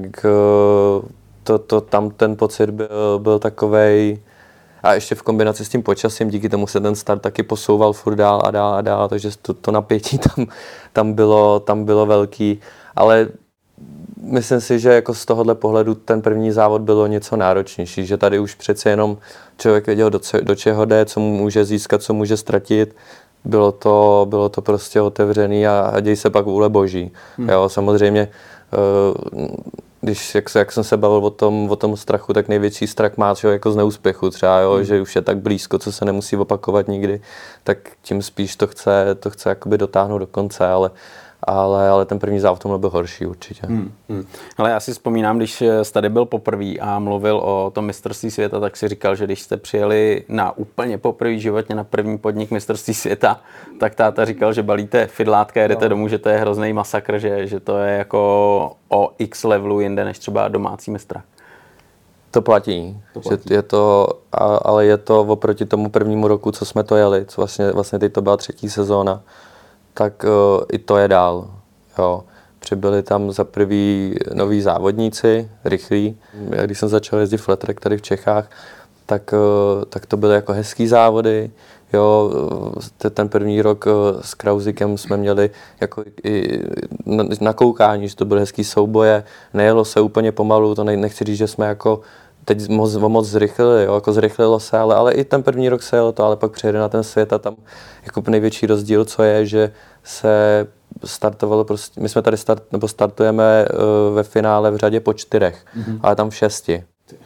to, to tam ten pocit byl, byl takovej. A ještě v kombinaci s tím počasím, díky tomu se ten start taky posouval furt dál a dál a dál, takže to, to napětí tam, tam, bylo, tam bylo velký. Ale myslím si, že jako z tohohle pohledu ten první závod bylo něco náročnější, že tady už přece jenom člověk věděl, do, do čeho jde, co mu může získat, co může ztratit. Bylo to, bylo to prostě otevřený a, a děj se pak vůle boží. Hmm. Jo, samozřejmě, když, jak, jak jsem se bavil o tom, o tom strachu, tak největší strach má člověk jako z neúspěchu třeba, jo, hmm. že už je tak blízko, co se nemusí opakovat nikdy, tak tím spíš to chce, to chce jakoby dotáhnout do konce, ale Ale, ale ten první závod tomhle byl horší určitě. Hmm, hmm. Ale já si vzpomínám, když jsi tady byl poprvé a mluvil o tom mistrovství světa, tak si říkal, že když jste přijeli na úplně poprvé životně na první podnik mistrovství světa, tak táta říkal, že balíte fidlátka, jedete no. domů, že to je hrozný masakr, že, že to je jako o x levelu jinde než třeba domácí mistra. To platí, to platí. Že je to, ale je to oproti tomu prvnímu roku, co jsme to jeli, co vlastně, vlastně teď to byla třetí sezóna, tak uh, i to je dál. Jo. Přibyli tam za prvý noví závodníci, rychlí. Já když jsem začal jezdit flat track tady v Čechách, tak, uh, tak to byly jako hezký závody. Jo, ten první rok uh, s Krausikem jsme měli jako i na, na koukání, že to byly hezký souboje. Nejelo se úplně pomalu, to ne, nechci říct, že jsme jako teď moc, moc zrychlili, jo, jako zrychlilo se, ale, ale i ten první rok se jelo to, ale pak přijede na ten svět a tam jako největší rozdíl, co je, že se startovalo prostě, my jsme tady start, nebo startujeme uh, ve finále v řadě po čtyřech, mm-hmm. ale tam v šesti.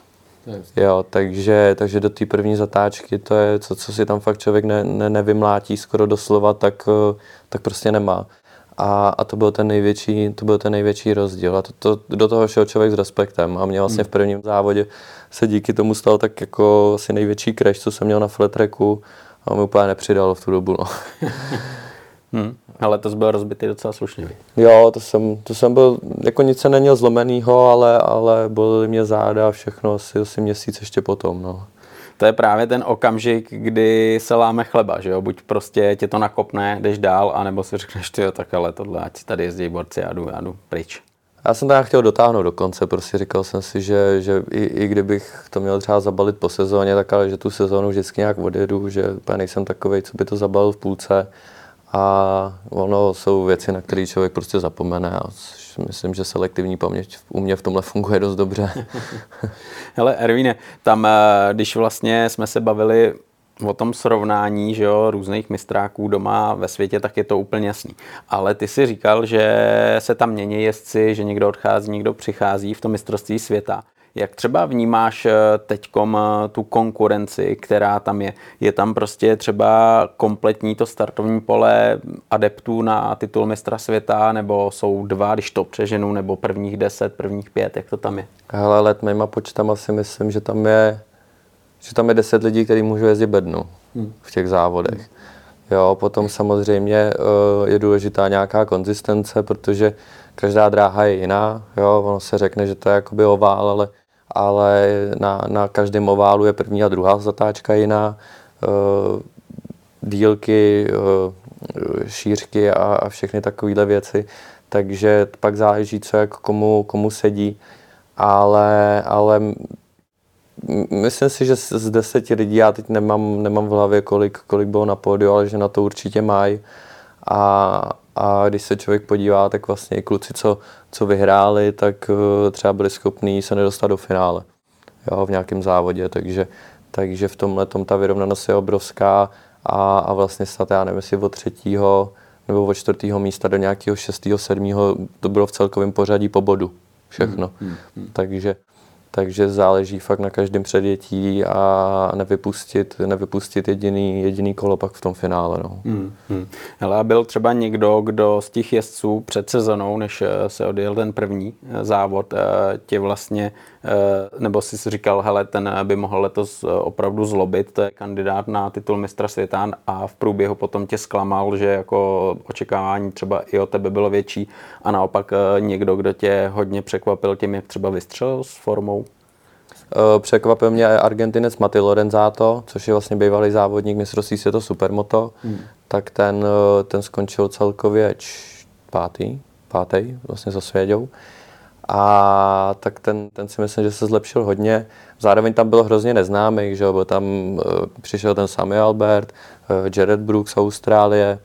Jo, takže, takže do té první zatáčky to je, co, co si tam fakt člověk ne, ne, nevymlátí skoro doslova, tak, tak prostě nemá. A, a to byl ten největší, to byl ten největší rozdíl. A to, to, do toho šel člověk s respektem. A mě vlastně v prvním závodě se díky tomu stal tak jako asi největší crash, co jsem měl na flat tracku, a mi úplně nepřidalo v tu dobu. No. Hmm, ale to byl rozbitý docela slušně. Jo, to jsem, to jsem byl, jako nic se neměl zlomenýho, ale, ale bolely mě záda a všechno asi, asi měsíc ještě potom. No. To je právě ten okamžik, kdy se láme chleba, že jo? Buď prostě tě to nakopne, jdeš dál, anebo si řekneš, tyjo, tak ale tohle, ať tady jezdí borci, já jdu, já jdu pryč. Já jsem to chtěl dotáhnout do konce, prostě říkal jsem si, že, že i, i kdybych to měl třeba zabalit po sezóně, tak ale že tu sezónu vždycky nějak odjedu, že úplně nejsem takovej, co by to zabalil v půlce. A ono jsou věci, na které člověk prostě zapomene a myslím, že selektivní paměť u mě v tomhle funguje dost dobře. Hele, Ervíne, tam, když vlastně jsme se bavili o tom srovnání, že jo, různých mistráků doma ve světě, tak je to úplně jasný. Ale ty si říkal, že se tam mění jezdci, že někdo odchází, někdo přichází v tom mistrovství světa. Jak třeba vnímáš teďkom tu konkurenci, která tam je? Je tam prostě třeba kompletní to startovní pole adeptů na titul mistra světa, nebo jsou dva, když to přeženu, nebo prvních deset, prvních pět, jak to tam je? Hele, let mýma počtama si myslím, že tam je, že tam je deset lidí, kteří můžou jezdit bednu hmm. v těch závodech. Hmm. Jo, potom samozřejmě uh, je důležitá nějaká konzistence, protože každá dráha je jiná. Jo, ono se řekne, že to je jakoby ovál, ale ale na, na každém oválu je první a druhá zatáčka jiná, uh, dílky, uh, šířky a, a všechny takovéhle věci, takže pak záleží, co jak komu, komu sedí, ale, ale myslím si, že z deseti lidí, já teď nemám, nemám v hlavě, kolik, kolik bylo na pódiu, ale že na to určitě mají. A, a když se člověk podívá, tak vlastně i kluci, co, co vyhráli, tak třeba byli schopní se nedostat do finále, jo, v nějakém závodě, takže, takže v tomhle tom ta vyrovnanost je obrovská a, a vlastně snad, já nevím, jestli od třetího nebo od čtvrtého místa do nějakého šestého, sedmého to bylo v celkovém pořadí po bodu všechno, hmm, hmm, hmm. takže Takže záleží fakt na každém předjetí a nevypustit, nevypustit jediný, jediný kolo pak v tom finále. No. Hmm, hmm. Hele, byl třeba někdo, kdo z těch jezdců před sezonou, než se odjel ten první závod, tě vlastně, nebo jsi si říkal, hele, ten by mohl letos opravdu zlobit, to je kandidát na titul mistra světa a v průběhu potom tě zklamal, že jako očekávání třeba i od tebe bylo větší a naopak někdo, kdo tě hodně překvapil tím, jak třeba vystřelil s formou? Překvapil mě Argentinec Mati Lorenzato, což je vlastně bývalý závodník mistrovství světa Supermoto, hmm. tak ten, ten skončil celkově č- pátý, pátý vlastně za Svěďou. A tak ten, ten si myslím, že se zlepšil hodně. Zároveň tam bylo hrozně neznámých, že byl tam, přišel ten Sammy Albert, Jared Brooks z Austrálie,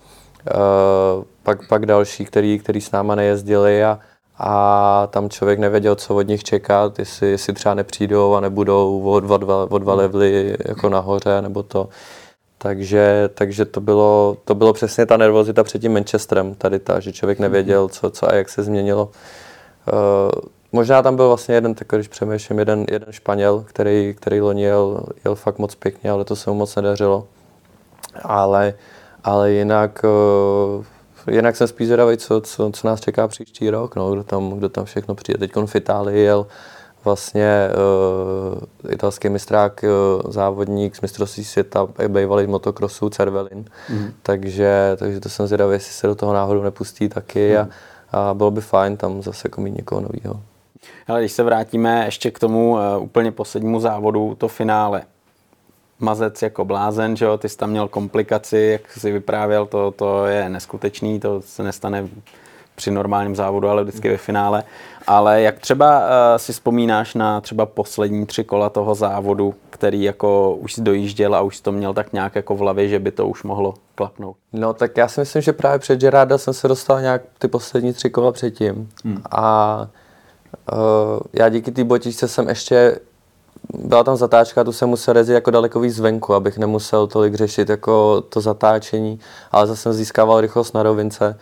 pak, pak další, který, který s náma nejezdili a a tam člověk nevěděl, co od nich čekat, jestli, jestli třeba nepřijdou a nebudou o dva, dva, o dva levely jako nahoře, nebo to. Takže, takže to, bylo, to bylo přesně ta nervozita před tím Manchesterem, tady ta, že člověk nevěděl, co, co a jak se změnilo. Uh, možná tam byl vlastně jeden, tak když přemýšlím, jeden, jeden Španěl, který, který loni jel, jel fakt moc pěkně, ale to se mu moc nedařilo. Ale, ale jinak... Uh, Jinak jsem spíš zvědavý, co, co, co nás čeká příští rok, no, kdo, tam, kdo tam všechno přijde. Teď v Itálii jel vlastně uh, italský mistrák, uh, závodník z mistrovství světa, bývalý motokrosu Cervelin, mm. takže, takže to jsem zvědavý, jestli se do toho náhodou nepustí taky mm. a, a bylo by fajn tam zase jako mít někoho novýho. Ale když se vrátíme ještě k tomu uh, úplně poslednímu závodu, to finále. Mazec jako blázen, že jo, ty jsi tam měl komplikaci, jak jsi vyprávěl, to, to je neskutečný, to se nestane při normálním závodu, ale vždycky ve finále. Ale jak třeba uh, si vzpomínáš na třeba poslední tři kola toho závodu, který jako už jsi dojížděl a už jsi to měl tak nějak jako v hlavě, že by to už mohlo klapnout? No tak já si myslím, že právě před Gerarda jsem se dostal nějak ty poslední tři kola předtím. Hmm. A uh, já díky té botičce jsem ještě byla tam zatáčka, tu jsem musel jezdit jako daleko víc zvenku, abych nemusel tolik řešit jako to zatáčení, ale zase jsem získával rychlost na rovince,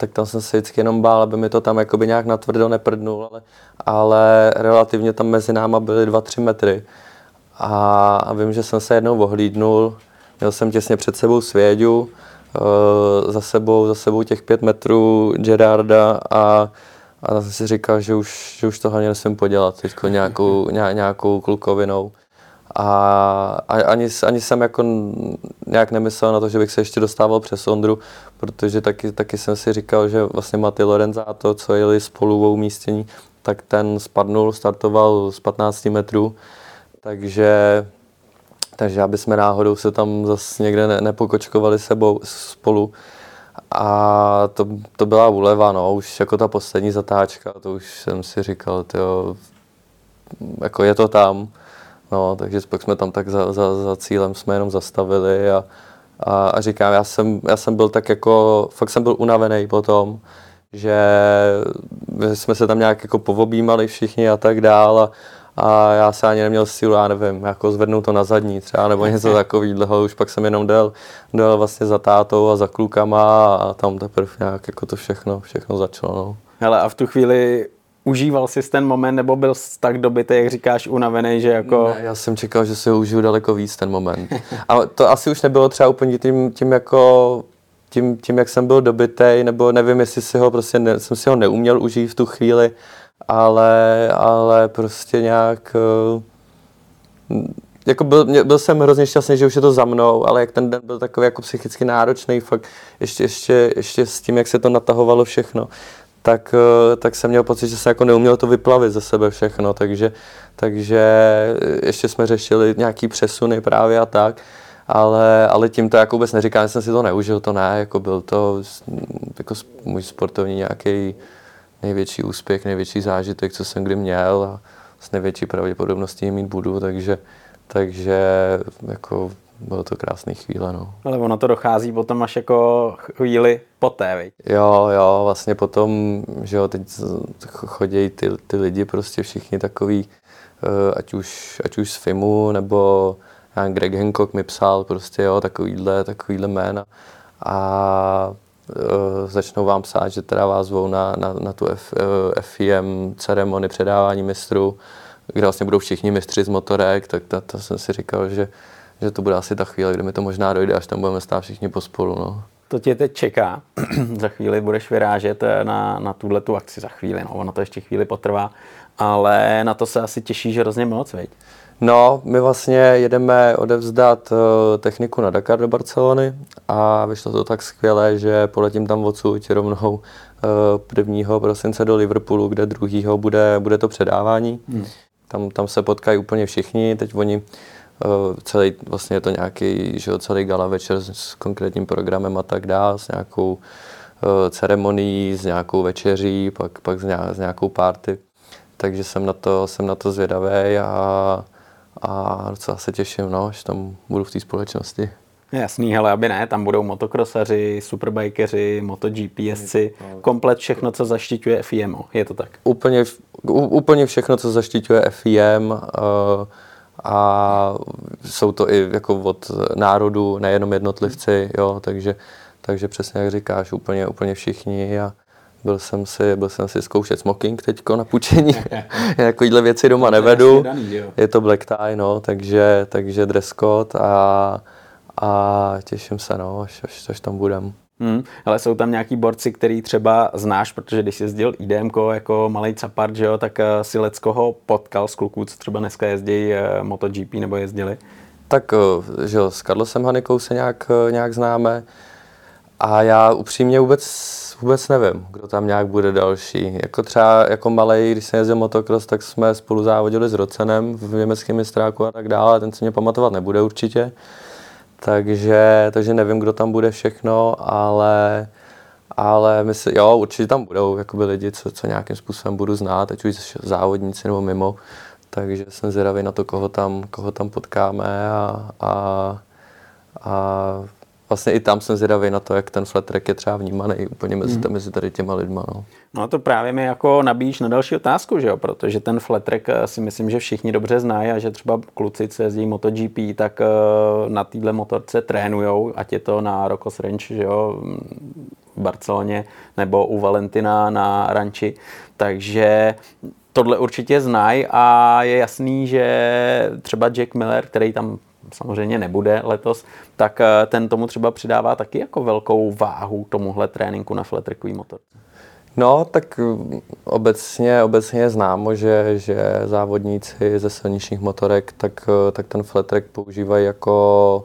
tak tam jsem se vždycky jenom bál, aby mi to tam jakoby nějak natvrdo neprdnul, ale, ale relativně tam mezi náma byly dva tři metry. A, a vím, že jsem se jednou ohlídnul, měl jsem těsně před sebou Svěďu, uh, za sebou, za sebou těch pět metrů Gerarda a, a jsem si říkal, že už, že už to hlavně nesmím podělat teďko nějakou, ně, nějakou klukovinou. A, a ani, ani jsem jako nějak nemyslel na to, že bych se ještě dostával přes Ondru, protože taky, taky jsem si říkal, že vlastně Mati Lorenzato, co jeli spolu o umístění, tak ten spadnul, startoval z patnácti metrů, takže, takže aby jsme náhodou se tam zase někde ne, nepokočkovali sebou spolu. A to, to byla úleva, no, už jako ta poslední zatáčka, to už jsem si říkal, tyjo, jako je to tam. No, takže pak jsme tam tak za, za, za cílem jsme jenom zastavili a, a, a říkám, já jsem, já jsem byl tak jako, fakt jsem byl unavený potom, že jsme se tam nějak jako povobímali všichni a tak dál a, a já se ani neměl sílu, já nevím, jako zvednout to na zadní třeba nebo něco takového, už pak jsem jenom del, del vlastně za tátou a za klukama a tam teprve nějak jako to všechno, všechno začalo, no. Hele, a v tu chvíli užíval jsi ten moment, nebo byl tak dobitý, jak říkáš, unavený, že jako... Ne, já jsem čekal, že si ho užiju daleko víc ten moment. A to asi už nebylo třeba úplně tím, tím jako... Tím, tím, jak jsem byl dobitej, nebo nevím, jestli si ho prostě ne, jsem si ho neuměl užít v tu chvíli, ale, ale prostě nějak... Jako byl, byl jsem hrozně šťastný, že už je to za mnou, ale jak ten den byl takový jako psychicky náročný, fakt ještě, ještě, ještě s tím, jak se to natahovalo všechno, tak, tak jsem měl pocit, že jsem jako neuměl to vyplavit ze sebe všechno, takže, takže ještě jsme řešili nějaký přesuny právě a tak, ale, ale tím to jako vůbec neříkám, že jsem si to neužil, to ne, jako byl to jako můj sportovní nějaký největší úspěch, největší zážitek, co jsem kdy měl a s největší pravděpodobností mít budu, takže, takže jako bylo to krásný chvíle, no. Ale ono to dochází potom až jako chvíli poté, viď? Jo, jo, vlastně potom, že jo, teď chodí ty, ty lidi prostě všichni takový, ať už, ať už z FIMu, nebo já, Greg Hancock mi psal prostě, jo, takovýhle, takovýhle jména a uh, začnou vám psát, že teda vás zvou na, na, na tu F, uh, F I M ceremonii předávání mistrů, kde vlastně budou všichni mistři z motorek, tak to, to jsem si říkal, že že to bude asi ta chvíle, kdy mi to možná dojde, až tam budeme stát všichni pospolu, no. To tě teď čeká. Za chvíli budeš vyrážet na, na tuhletu akci za chvíli, no, ono to ještě chvíli potrvá, ale na to se asi těšíš hrozně moc, viď? No, my vlastně jedeme odevzdat uh, techniku na Dakar do Barcelony a vyšlo to tak skvěle, že poletím tam odsud rovnou uh, prvního prosince do Liverpoolu, kde druhýho bude, bude to předávání. Hmm. Tam, tam se potkají úplně všichni, teď oni Uh, celý, vlastně je to nějaký, že jo, celý gala večer s, s konkrétním programem a tak dále, s nějakou uh, ceremonií, s nějakou večeří, pak, pak s, nějak, s nějakou party. Takže jsem na to, jsem na to zvědavý a, a docela se těším, no, že tam budu v té společnosti. Jasný, hele, aby ne, tam budou motokrosaři, superbikeři, MotoGPSci, komplet všechno, co zaštiťuje F I M, je to tak? Úplně, úplně všechno, co zaštiťuje F I M, uh, a jsou to i jako od národu, nejenom jednotlivci, jo, takže, takže přesně jak říkáš, úplně, úplně všichni a byl jsem si, byl jsem si zkoušet smoking teďko na půjčení, takovýhle věci doma nevedu, je to black tie, no, takže, takže dress code a, a těším se, no, až, až, až tam budem. Hmm, ale jsou tam nějaký borci, který třeba znáš, protože když jsi jezdil IDMko jako malej capart, že jo, tak uh, si leckoho potkal z kluků, co třeba dneska jezdí uh, MotoGP nebo jezdili? Tak, uh, že jo, s Carlosem Hanikou se nějak, uh, nějak známe a já upřímně vůbec, vůbec nevím, kdo tam nějak bude další. Jako třeba jako malej, když jsem jezdil motocross, tak jsme spolu závodili s Rocenem v německém mistráku a tak dále, ten se mě pamatovat nebude určitě. Takže, takže nevím, kdo tam bude všechno, ale, ale myslím, jo, určitě tam budou jakoby lidi, co, co nějakým způsobem budu znát, ať už závodníci nebo mimo. Takže jsem zvědavý na to, koho tam, koho tam potkáme a, a, a vlastně i tam jsem zvědavý na to, jak ten flat track je třeba vnímaný úplně mezi, hmm. mezi tady těma lidma. No. No to právě mi jako nabíjíš na další otázku, že jo, protože ten flat track si myslím, že všichni dobře znají a že třeba kluci, co jezdí MotoGP, tak na téhle motorce trénujou, ať je to na Rocos Ranch, že jo, v Barceloně nebo u Valentina na ranči, takže tohle určitě znají a je jasný, že třeba Jack Miller, který tam samozřejmě nebude letos, tak ten tomu třeba přidává taky jako velkou váhu tomuhle tréninku na flat trackový motor. No, tak obecně, obecně je známo, že, že závodníci ze silničních motorek tak, tak ten flat track používají jako,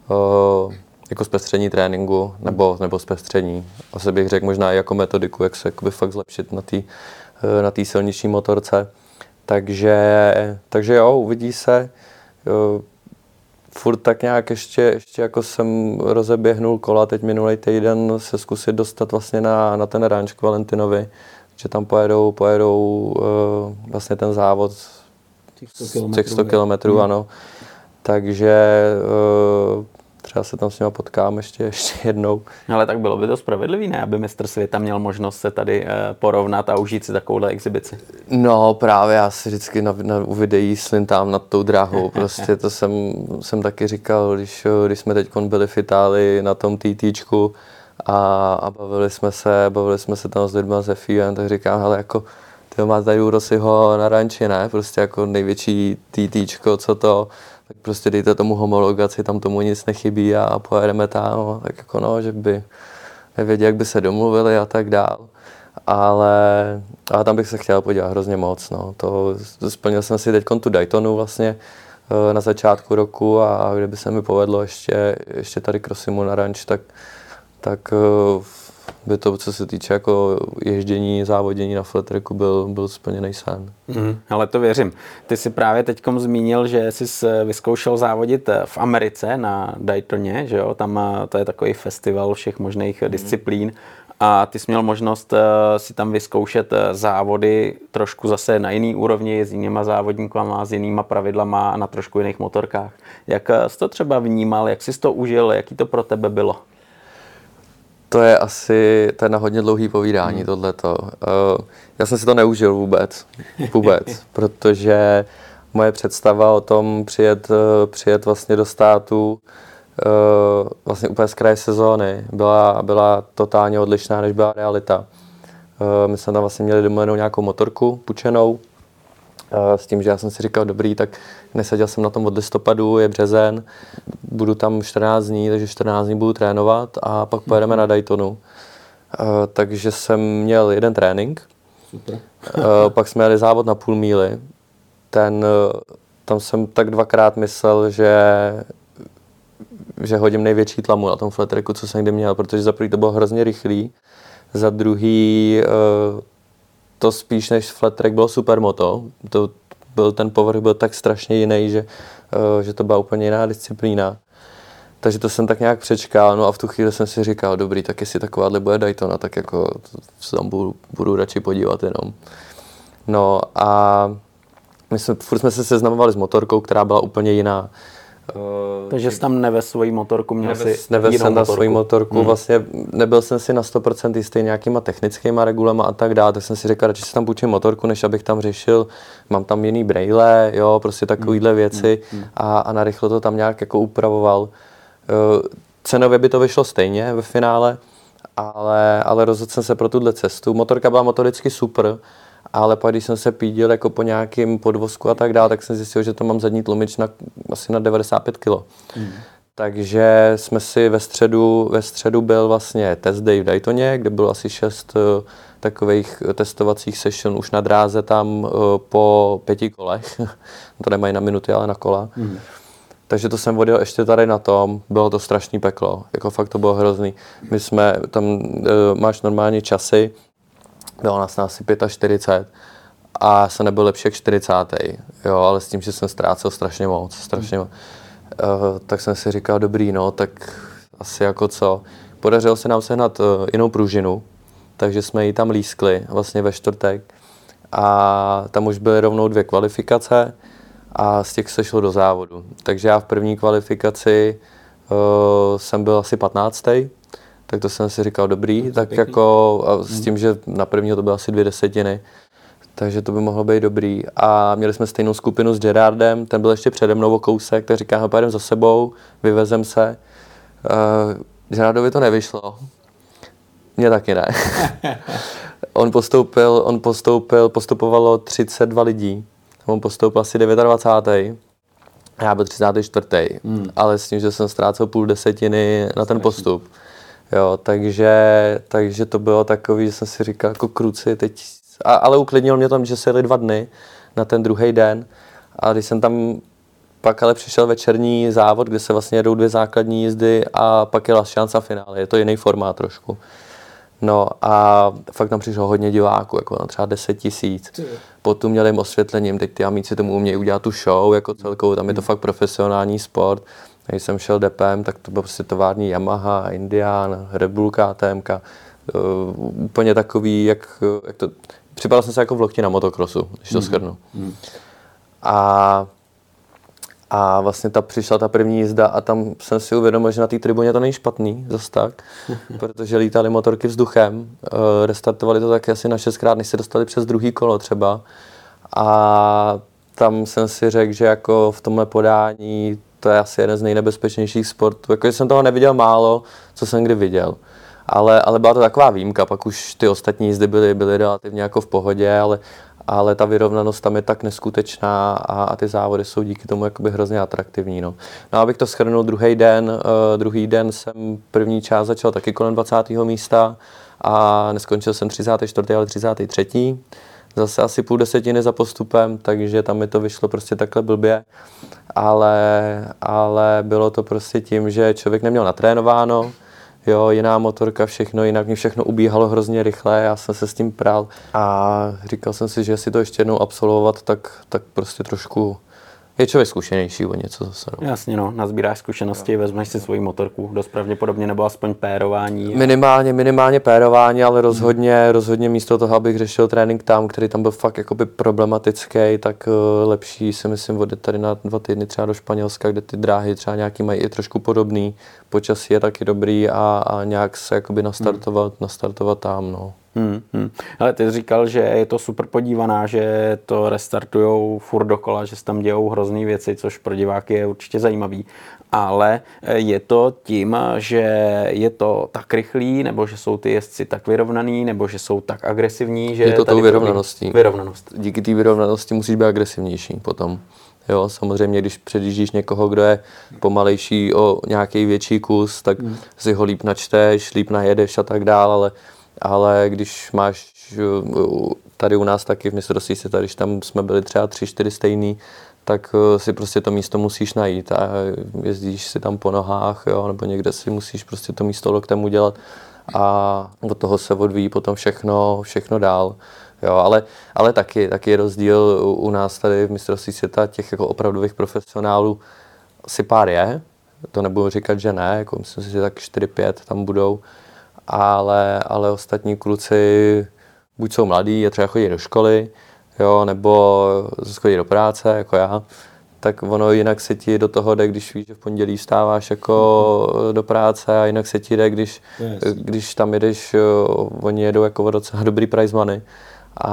jako zpestření tréninku, nebo, nebo zpestření. Asi bych řekl možná i jako metodiku, jak se jakoby fakt zlepšit na té na té silniční motorce. Takže, takže jo, uvidí se. Furt tak nějak ještě, ještě jako jsem rozeběhnul kola teď minulý týden se zkusit dostat vlastně na, na ten ranč k Valentinovi, že tam pojedou, pojedou uh, vlastně ten závod těch sto kilometrů, hmm. ano. Takže uh, třeba se tam s nima potkám ještě, ještě jednou. Ale tak bylo by to spravedlivý, ne? Aby mistr světa měl možnost se tady uh, porovnat a užít si takovouhle exibici. No právě, já si vždycky na, na, u videí slintám nad tou dráhou. Prostě to jsem, jsem taky říkal, když, když jsme teď byli v Itálii na tom TTčku a, a bavili jsme se, bavili jsme se tam s lidma ze F I A, tak říkám, hele, jako ty má tady u Rossiho na ranči, ne? Prostě jako největší TTčko, co to, tak prostě dejte tomu homologaci, tam tomu nic nechybí a, a pojedeme tam, no, tak jako no, že by nevěděli, jak by se domluvili a tak dál. Ale, ale tam bych se chtěl podívat hrozně moc, no. To, to splnil jsem si teď tu Daytonu vlastně na začátku roku a, a kdyby se mi povedlo ještě, ještě tady Crosimu na ranč, tak, tak by to, co se týče jako ježdění, závodění na flat tracku, byl, byl splněný sen. Mm, ale to věřím. Ty jsi právě teďkom zmínil, že jsi vyzkoušel závodit v Americe na Daytoně, že jo? Tam to je takový festival všech možných mm. disciplín. A ty jsi měl možnost uh, si tam vyzkoušet uh, závody trošku zase na jiný úrovni, s jinýma závodníkama, s jinýma pravidlama a na trošku jiných motorkách. Jak uh, jsi to třeba vnímal, jak jsi to užil, jaký to pro tebe bylo? To je asi, to je na hodně dlouhý povídání hmm. tohleto. Uh, já jsem si to neužil vůbec, vůbec, protože moje představa o tom přijet, uh, přijet vlastně do státu Uh, vlastně úplně z kraje sezóny byla, byla totálně odlišná, než byla realita. Uh, my jsme tam vlastně měli domluvenou nějakou motorku půjčenou, uh, s tím, že já jsem si říkal, dobrý, tak neseděl jsem na tom od listopadu, je březen, budu tam čtrnáct dní, takže čtrnáct dní budu trénovat a pak pojedeme na Daytonu. Uh, takže jsem měl jeden trénink, Super. uh, pak jsme jeli závod na půl míli. Ten, uh, tam jsem tak dvakrát myslel, že že hodím největší tlamu na tom flat tracku, co jsem kdy měl, protože za prvý to bylo hrozně rychlý, za druhý to spíš než flat track bylo supermoto, to byl, ten povrch byl tak strašně jiný, že, že to byla úplně jiná disciplína. Takže to jsem tak nějak přečkal, no a v tu chvíli jsem si říkal, dobrý, tak jestli takováhle bude Daytona, tak jako se tam budu, budu radši podívat jenom. No a my jsme, furt jsme se seznamovali s motorkou, která byla úplně jiná. Uh, Takže jsi tam nevez svoji motorku, měl nevez, jsi nevez jinou jsem tam motorku. svoji motorku, hmm. vlastně nebyl jsem si na sto procent jistý nějakýma technickýma regulama a tak dále, tak jsem si říkal, radši si tam půjčím motorku, než abych tam řešil, mám tam jiný braille, jo, prostě takovýhle věci hmm. a, a narychlo to tam nějak jako upravoval. Uh, cenově by to vyšlo stejně ve finále, ale, ale rozhodl jsem se pro tuhle cestu. Motorka byla motoricky super, ale pak, když jsem se pídil jako po nějakým podvozku a tak dále, tak jsem zjistil, že to mám zadní tlumič na, asi na devadesát pět kilo. Mm. Takže jsme si ve středu, ve středu byl vlastně test day v Daytoně, kde bylo asi šest uh, takových testovacích session už na dráze tam uh, po pěti kolech. To nemají na minuty, ale na kola. Mm. Takže to jsem odjel ještě tady na tom, bylo to strašný peklo, jako fakt to bylo hrozný. My jsme, tam uh, máš normálně časy, bylo nás asi čtyřicet pět a jsem nebyl lepší jak čtyřicátý Jo, ale s tím, že jsem ztrácel strašně moc, strašně moc. Uh, tak jsem si říkal, dobrý, no, tak asi jako co. Podařilo se nám sehnat uh, jinou pružinu, takže jsme ji tam lískli vlastně ve čtvrtek a tam už byly rovnou dvě kvalifikace a z těch se šlo do závodu. Takže já v první kvalifikaci uh, jsem byl asi patnáctý Tak to jsem si říkal, dobrý, to tak pěkný. Jako a s tím, že na prvního to bylo asi dvě desetiny, takže to by mohlo být dobrý. A měli jsme stejnou skupinu s Gerardem, ten byl ještě přede mnou o kousek, tak říkám, pojedeme za sebou, vyvezem se. Uh, Gerardovi to nevyšlo. Mně taky ne. on postoupil, on postoupil, postupovalo třicet dva lidí. On postoupil asi dvacátý devátý. Já byl třicátý čtvrtý. Hmm. Ale s tím, že jsem ztrácel půl desetiny na ten postup. Jo, takže, takže to bylo takový, že jsem si říkal, jako kruci teď. A, ale uklidnil mě tam, že se jeli dva dny na ten druhý den. A když jsem tam pak ale přišel večerní závod, kde se vlastně jedou dvě základní jízdy a pak je last chance a finále. Je to jiný formát trošku. No a fakt tam přišlo hodně diváků, jako na třeba deset tisíc. Pod tu mělým osvětlením, teď ty amíci tomu umějí udělat tu show jako celkovou, tam je to fakt profesionální sport. Když jsem šel depem, tak to byl prostě tovární Yamaha, Indian, Red Bull K T M, uh, úplně takový, jak, jak to... Připadal jsem se jako v lokti na motokrosu, když to shrnu. Mm. A A vlastně ta přišla ta první jízda a tam jsem si uvědomil, že na té tribuně to není špatný, zase tak, protože lítaly motorky vzduchem, restartovali to taky asi na šestkrát, než se dostali přes druhý kolo třeba. A tam jsem si řekl, že jako v tomhle podání to je asi jeden z nejnebezpečnějších sportů. Jako jsem toho neviděl málo, co jsem kdy viděl. Ale, ale byla to taková výjimka, pak už ty ostatní jízdy byly, byly relativně jako v pohodě, ale ale ta vyrovnanost tam je tak neskutečná a, a ty závody jsou díky tomu jakoby hrozně atraktivní. No, no abych to shrnul, druhý den, uh, druhý den jsem první část začal taky kolem dvacátého místa a neskončil jsem třicátý čtvrtý, ale třicátý třetí Zase asi půl desetiny za postupem, takže tam mi to vyšlo prostě takhle blbě. Ale, ale bylo to prostě tím, že člověk neměl natrénováno, jo, jiná motorka, všechno, jinak mi všechno ubíhalo hrozně rychle, já jsem se s tím prál a říkal jsem si, že si to ještě jednou absolvovat, tak, tak prostě trošku je člověk zkušenější o něco zase. No. Jasně, no, nazbíráš zkušenosti, vezmeš si svoji motorku, dost pravděpodobně, nebo aspoň pérování. Minimálně, minimálně pérování, ale rozhodně, hmm. rozhodně místo toho, abych řešil trénink tam, který tam byl fakt jakoby problematický, tak uh, lepší si myslím odjet tady na dva týdny třeba do Španělska, kde ty dráhy třeba nějaký mají i trošku podobný, počasí je taky dobrý a, a nějak se jakoby nastartovat, hmm. nastartovat tam, no. Hmm, hmm. Ale ty jsi říkal, že je to super podívaná, že to restartujou furt dokola, že se tam dějou hrozný věci, což pro diváky je určitě zajímavý. Ale je to tím, že je to tak rychlý, nebo že jsou ty jezdci tak vyrovnaný, nebo že jsou tak agresivní, že je to tou vyrovnaností. Vyrovnanost. Díky té vyrovnanosti musíš být agresivnější potom. Jo, samozřejmě, když předjíždíš někoho, kdo je pomalejší o nějaký větší kus, tak hmm. si ho líp načteš, líp najedeš a tak dál, ale Ale když máš tady u nás taky v mistrovství světa, když tam jsme byli třeba tři, čtyři stejný, tak si prostě to místo musíš najít a jezdíš si tam po nohách, jo, nebo někde si musíš prostě to místo loktem udělat a od toho se odvíjí potom všechno, všechno dál. Jo, ale, ale taky, taky je rozdíl u, u nás tady v mistrovství světa těch jako opravdových profesionálů asi pár je, to nebudu říkat, že ne, jako myslím si, že tak čtyři pět tam budou. Ale, ale ostatní kluci buď jsou mladí a třeba chodí do školy, jo, nebo chodí do práce, jako já, tak ono jinak se ti do toho jde, když víš, že v pondělí vstáváš jako mm-hmm. do práce a jinak se ti jde, když, yes. když tam jedeš, oni jedou jako docela dobrý prize money a,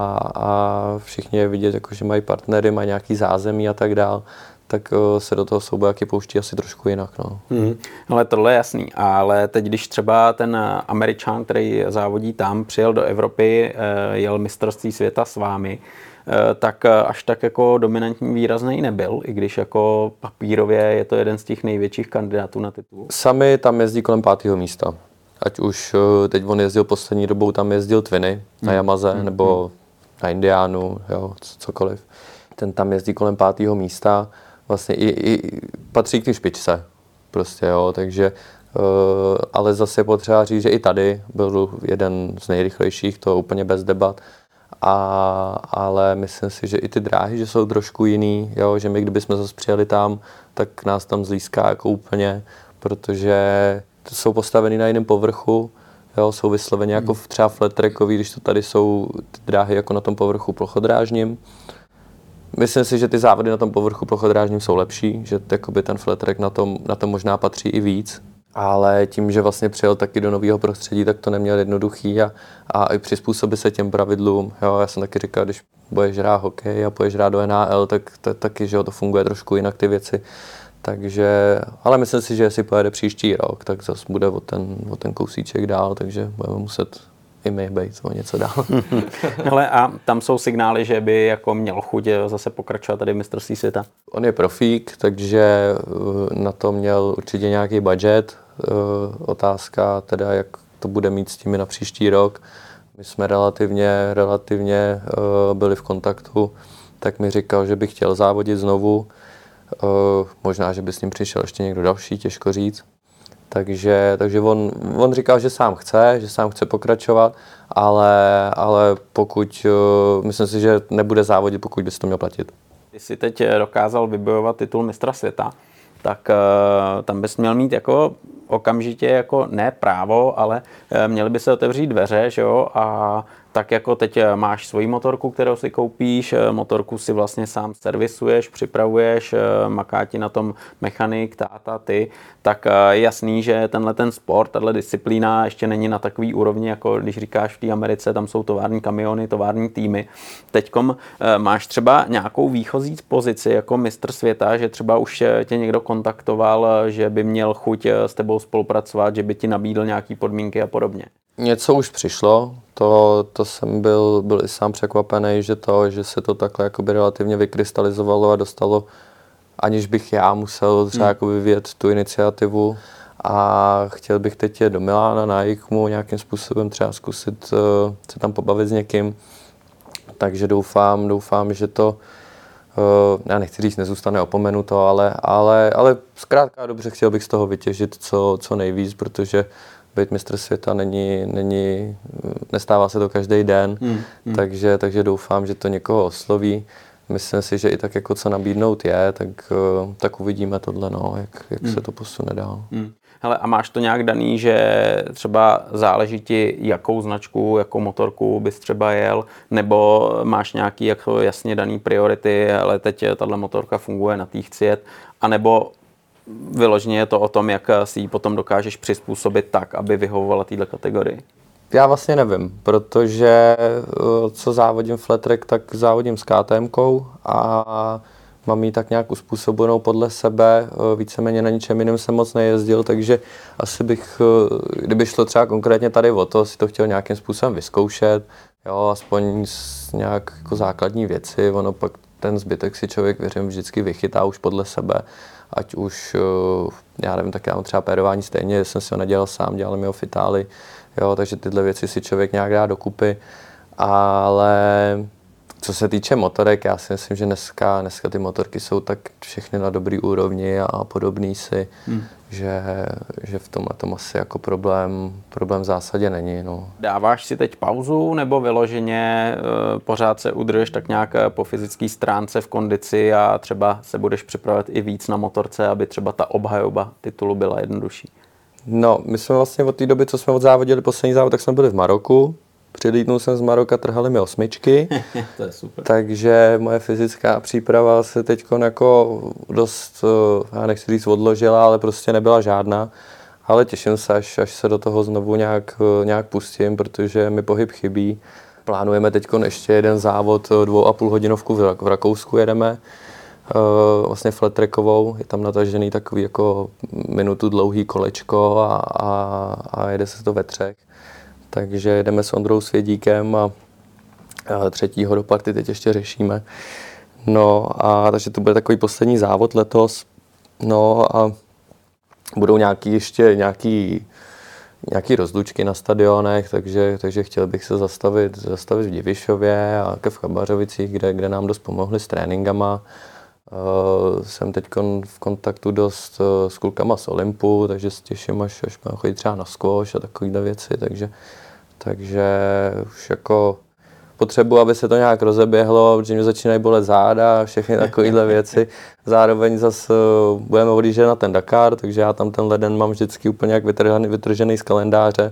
a všichni je vidět, jako, že mají partnery, mají nějaký zázemí a tak dál. Tak se do toho soubojáky pouští asi trošku jinak. No. Hmm, ale tohle je jasný. Ale teď, když třeba ten Američan, který závodí tam, přijel do Evropy, jel mistrovství světa s vámi, tak až tak jako dominantní výrazný nebyl, i když jako papírově je to jeden z těch největších kandidátů na titul. Sami tam jezdí kolem pátého místa. Ať už teď on jezdil poslední dobou, tam jezdil Twiny na Yamaze hmm. nebo hmm. na Indianu, jo, cokoliv. Ten tam jezdí kolem pátého místa. Vlastně i, i patří k té špičce, prostě jo, takže, uh, ale zase potřeba říct, že i tady byl jeden z nejrychlejších, to úplně bez debat, a, ale myslím si, že i ty dráhy, že jsou trošku jiný, jo, že my kdybychom zase přijeli tam, tak nás tam zlíská jako úplně, protože jsou postaveny na jiném povrchu, jo, jsou vysloveně jako v, třeba flat trackový, když to tady jsou ty dráhy jako na tom povrchu plochodrážním. Myslím si, že ty závody na tom povrchu plochodrážním jsou lepší, že ten flat track na tom, na tom možná patří i víc, ale tím, že vlastně přijel taky do nového prostředí, tak to neměl jednoduchý a, a i přizpůsobit se těm pravidlům. Jo, já jsem taky říkal, když budeš hrát hokej a půjdeš hrát do N H L, tak t- taky, že jo, to funguje trošku jinak ty věci. Takže, ale myslím si, že jestli pojede příští rok, tak zase bude o ten, o ten kousíček dál, takže budeme muset i my být o něco dál. Hele, a tam jsou signály, že by jako měl chuť zase pokračovat tady v mistrovství světa? On je profík, takže na to měl určitě nějaký budget. Otázka teda, jak to bude mít s tím na příští rok. My jsme relativně, relativně byli v kontaktu, tak mi říkal, že by chtěl závodit znovu. Možná, že by s ním přišel ještě někdo další, těžko říct. Takže, takže on, on říkal, že sám chce, že sám chce pokračovat, ale, ale pokud, myslím si, že nebude závodit, pokud by se to měl platit. Když jsi teď dokázal vybojovat titul mistra světa, tak uh, tam bys měl mít jako okamžitě jako ne právo, ale uh, měly by se otevřít dveře, že jo, a tak jako teď máš svoji motorku, kterou si koupíš, motorku si vlastně sám servisuješ, připravuješ, maká ti na tom mechanik, táta, ty, tak je jasný, že tenhle ten sport, tahle disciplína ještě není na takový úrovni, jako když říkáš v té Americe, tam jsou tovární kamiony, tovární týmy. Teďkom máš třeba nějakou výchozí pozici jako mistr světa, že třeba už tě někdo kontaktoval, že by měl chuť s tebou spolupracovat, že by ti nabídl nějaký podmínky a podobně. Něco už přišlo, to, to jsem byl, byl i sám překvapený, že to, že se to takhle jakoby relativně vykrystalizovalo a dostalo, aniž bych já musel třeba hmm. jako vyvíjet tu iniciativu. A chtěl bych teď jít do Milána na ICMU, nějakým způsobem třeba zkusit uh, se tam pobavit s někým. Takže doufám, doufám, že to, uh, já nechci říct, nezůstane opomenuto, ale, ale, ale zkrátka dobře chtěl bych z toho vytěžit co, co nejvíc, protože být mistr světa není, není, nestává se to každý den, hmm, hmm. Takže, takže doufám, že to někoho osloví. Myslím si, že i tak jako co nabídnout je, tak, tak uvidíme tohle, no, jak, jak hmm. se to posune dál. Hmm. Hele, a máš to nějak daný, že třeba záleží ti, jakou značku, jakou motorku bys třeba jel, nebo máš nějaký jako jasně daný priority, ale teď tahle motorka funguje, na té chci jet, anebo vyloženě je to o tom, jak si ji potom dokážeš přizpůsobit tak, aby vyhovovala této kategorii? Já vlastně nevím, protože co závodím flat track, tak závodím s K T M kou a mám ji tak nějak uspůsobenou podle sebe, víceméně na ničem jiném jsem moc nejezdil, takže asi bych, kdyby šlo třeba konkrétně tady o to, si to chtěl nějakým způsobem vyzkoušet, jo, aspoň nějak jako základní věci, ono pak ten zbytek si člověk, věřím, vždycky vychytá už podle sebe. Ať už, já nevím, tak já mám třeba pérování stejně, jsem si ho nedělal sám, dělal mi ho v Itálii, jo, takže tyhle věci si člověk nějak dá dokupy, ale co se týče motorek, já si myslím, že dneska, dneska ty motorky jsou tak všechny na dobrý úrovni a podobný si, hmm. že, že v tomhle tom asi jako problém, problém v zásadě není. No. Dáváš si teď pauzu nebo vyloženě e, pořád se udržuješ tak nějak po fyzické stránce v kondici a třeba se budeš připravovat i víc na motorce, aby třeba ta obhajoba titulu byla jednodušší? No, my jsme vlastně od té doby, co jsme odzávodili poslední závod, tak jsme byli v Maroku. Přilítnul jsem z Maroka, trhali mi osmičky, to je super. Takže moje fyzická příprava se teď jako dost, já nechci říct odložila, ale prostě nebyla žádná. Ale těším se, až, až se do toho znovu nějak, nějak pustím, protože mi pohyb chybí. Plánujeme teď ještě jeden závod, dvou a půl hodinovku v Rakousku jedeme, vlastně flat trackovou, je tam natažený takový jako minutu dlouhý kolečko a, a, a jede se to ve třech. Takže jedeme s Ondrou Svědíkem a třetího do party teď ještě řešíme. No a takže to bude takový poslední závod letos. No a budou nějaký ještě nějaký, nějaký rozlučky na stadionech, takže, takže chtěl bych se zastavit, zastavit v Divišově a v Chabařovicích, kde, kde nám dost pomohli s tréninkama. Uh, jsem teď v kontaktu dost uh, s klukama z Olympu, takže se těším, až, až budeme chodit třeba na squash a takovýhle věci, takže, takže už jako potřebuji, aby se to nějak rozeběhlo, protože mě začínají bolet záda a všechny takovýhle věci. Zároveň zase uh, budeme odjíždět na ten Dakar, takže já tam ten leden mám vždycky úplně jak vytržený, vytržený z kalendáře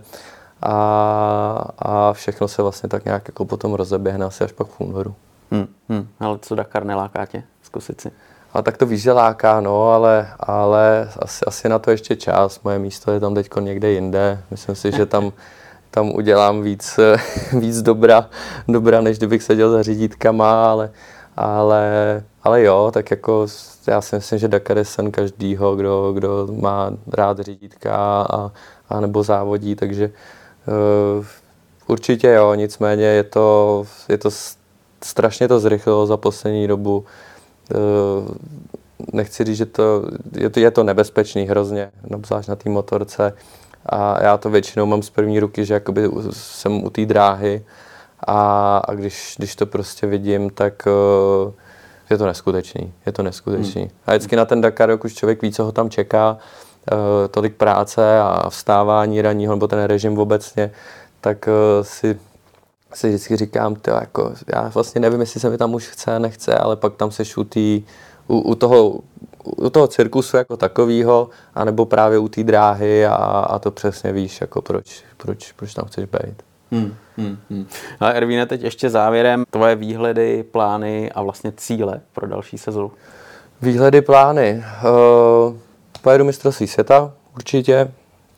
a, a všechno se vlastně tak nějak jako potom rozeběhne asi až pak v únoru. Hmm, hmm. Ale co Dakar neláká tě? Zkusit si. A tak to víš, že láká, no, ale, ale asi, asi na to ještě čas. Moje místo je tam teď někde jinde. Myslím si, že tam, tam udělám víc, víc dobra, dobra, než kdybych seděl za řídítkama, ale, ale, ale jo, tak jako já si myslím, že Dakar je sen každýho, kdo, kdo má rád řídítka a, a nebo závodí, takže uh, určitě jo, nicméně je to, je to strašně to zrychlilo za poslední dobu. Uh, nechci říct, že to je, to, je to nebezpečný hrozně, obzvlášť na té motorce. A já to většinou mám z první ruky, že jakoby jsem u té dráhy a, a když, když to prostě vidím, tak uh, je to neskutečný, je to neskutečný. Hmm. A vždycky na ten Dakar, jak už člověk ví, co ho tam čeká, uh, tolik práce a vstávání ranního, nebo ten režim obecně, tak uh, si, si vždycky říkám, tyjo, jako, já vlastně nevím, jestli se mi tam už chce, nechce, ale pak tam seš u, tý, u, u, toho, u toho cirkusu jako takového, anebo právě u té dráhy a, a to přesně víš, jako proč, proč, proč tam chceš být. Hmm, hmm, hmm. Ale Ervíne, teď ještě závěrem tvoje výhledy, plány a vlastně cíle pro další sezonu. Výhledy, plány. Uh, pojedu mistrovství světa určitě.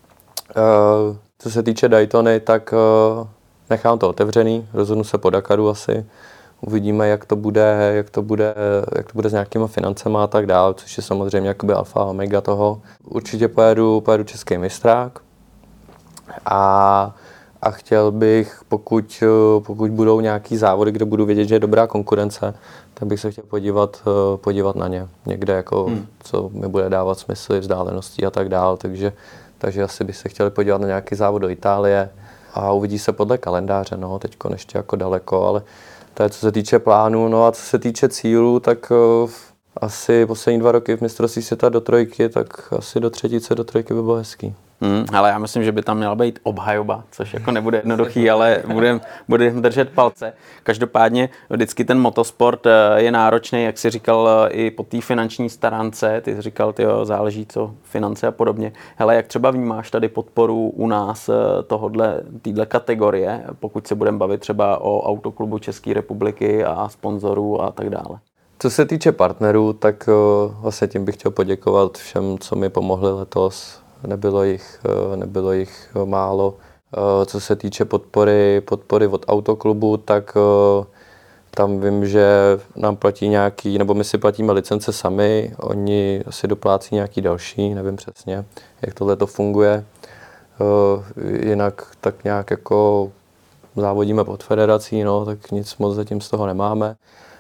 Uh, co se týče Daytony, tak uh, nechám to otevřený, rozhodnu se po Dakaru asi. Uvidíme, jak to bude, jak to bude, jak to bude s nějakýma financema a tak dále, což je samozřejmě jakoby alfa a omega toho. Určitě pojedu, pojedu český mistrák a, a chtěl bych, pokud, pokud budou nějaký závody, kde budu vědět, že je dobrá konkurence, tak bych se chtěl podívat, podívat na ně. Někde, jako, hmm. co mi bude dávat smysl, vzdáleností a tak dále. Takže, takže asi bych se chtěl podívat na nějaký závod do Itálie a uvidí se podle kalendáře. No, teďko ještě jako daleko, ale to je co se týče plánu. No a co se týče cílů, tak uh, asi poslední dva roky v mistrovství světa do trojky, tak asi do třetice, do trojky by bylo hezký. Hmm, ale já myslím, že by tam měla být obhajoba, což jako nebude jednoduchý, ale budeme budem držet palce. Každopádně vždycky ten motosport je náročný, jak jsi říkal, i po té finanční stránce. Ty jsi říkal, tyjo, záleží co finance a podobně. Hele, jak třeba vnímáš tady podporu u nás tohodle, týhle kategorie, pokud se budeme bavit třeba o Autoklubu České republiky a sponzorů a tak dále? Co se týče partnerů, tak uh, vlastně tím bych chtěl poděkovat všem, co mi pomohli letos. Nebylo jich, nebylo jich málo. Co se týče podpory, podpory od Autoklubu, tak tam vím, že nám platí nějaký, nebo my si platíme licence sami, oni si doplácí nějaký další, nevím přesně, jak tohle to funguje. Jinak tak nějak jako závodíme pod federací, no, tak nic moc zatím z toho nemáme.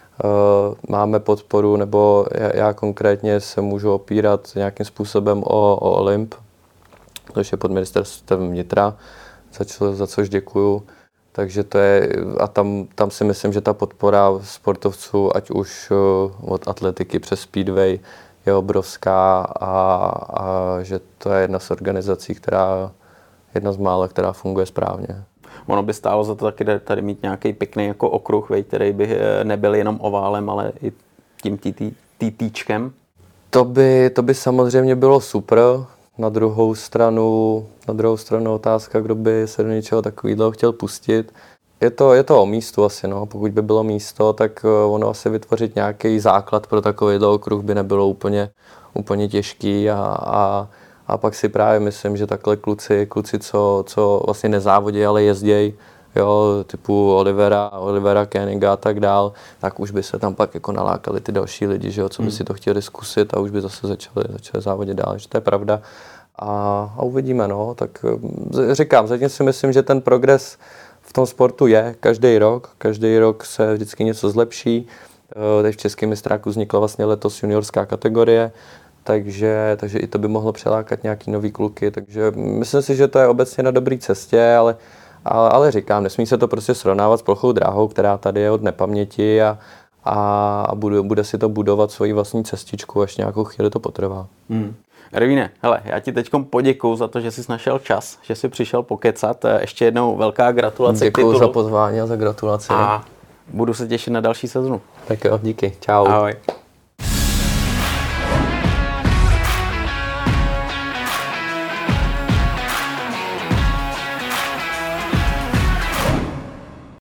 Máme podporu, nebo já, já konkrétně se můžu opírat nějakým způsobem o, o Olymp, což je pod ministerstvem vnitra, za, čo, za což děkuju. Takže to je, a tam, tam si myslím, že ta podpora sportovců, ať už od atletiky přes speedway, je obrovská a, a že to je jedna z organizací, která, jedna z mála, která funguje správně. Ono by stálo za to taky tady mít nějaký pěkný jako okruh, vej, který by nebyl jenom oválem, ale i tím týtíčkem. To by, to by samozřejmě bylo super. Na druhou stranu, na druhou stranu otázka, kdo by se do něčeho takového chtěl pustit. Je to, je to o místu asi, no. Pokud by bylo místo, tak ono asi vytvořit nějaký základ pro takovýhle okruh by nebylo úplně, úplně těžký a, a, a pak si právě myslím, že takhle kluci, kluci co, co vlastně nezávodí, ale jezdějí, jo, typu Olivera, Olivera Koeniga a tak dál, tak už by se tam pak jako nalákali ty další lidi, že jo, co by hmm. si to chtěli zkusit a už by zase začali, začali závodit dál, že to je pravda. A, a uvidíme, no, tak říkám, zatím si myslím, že ten progres v tom sportu je každý rok, každý rok se vždycky něco zlepší. Teď v českém mistráku vznikla vlastně letos juniorská kategorie, takže, takže i to by mohlo přelákat nějaký nový kluky, takže myslím si, že to je obecně na dobré cestě, ale Ale, ale říkám, nesmí se to prostě srovnávat s plochou dráhou, která tady je od nepaměti a, a, a bude, bude si to budovat svoji vlastní cestičku, až nějakou chvíli to potrvá. Hmm. Ervíne, hele, já ti teďkom poděkuju za to, že jsi našel čas, že jsi přišel pokecat. Ještě jednou velká gratulace Děkuju k titulu. za pozvání a za gratulaci. A budu se těšit na další sezonu. Tak jo, díky. Čau. Ahoj.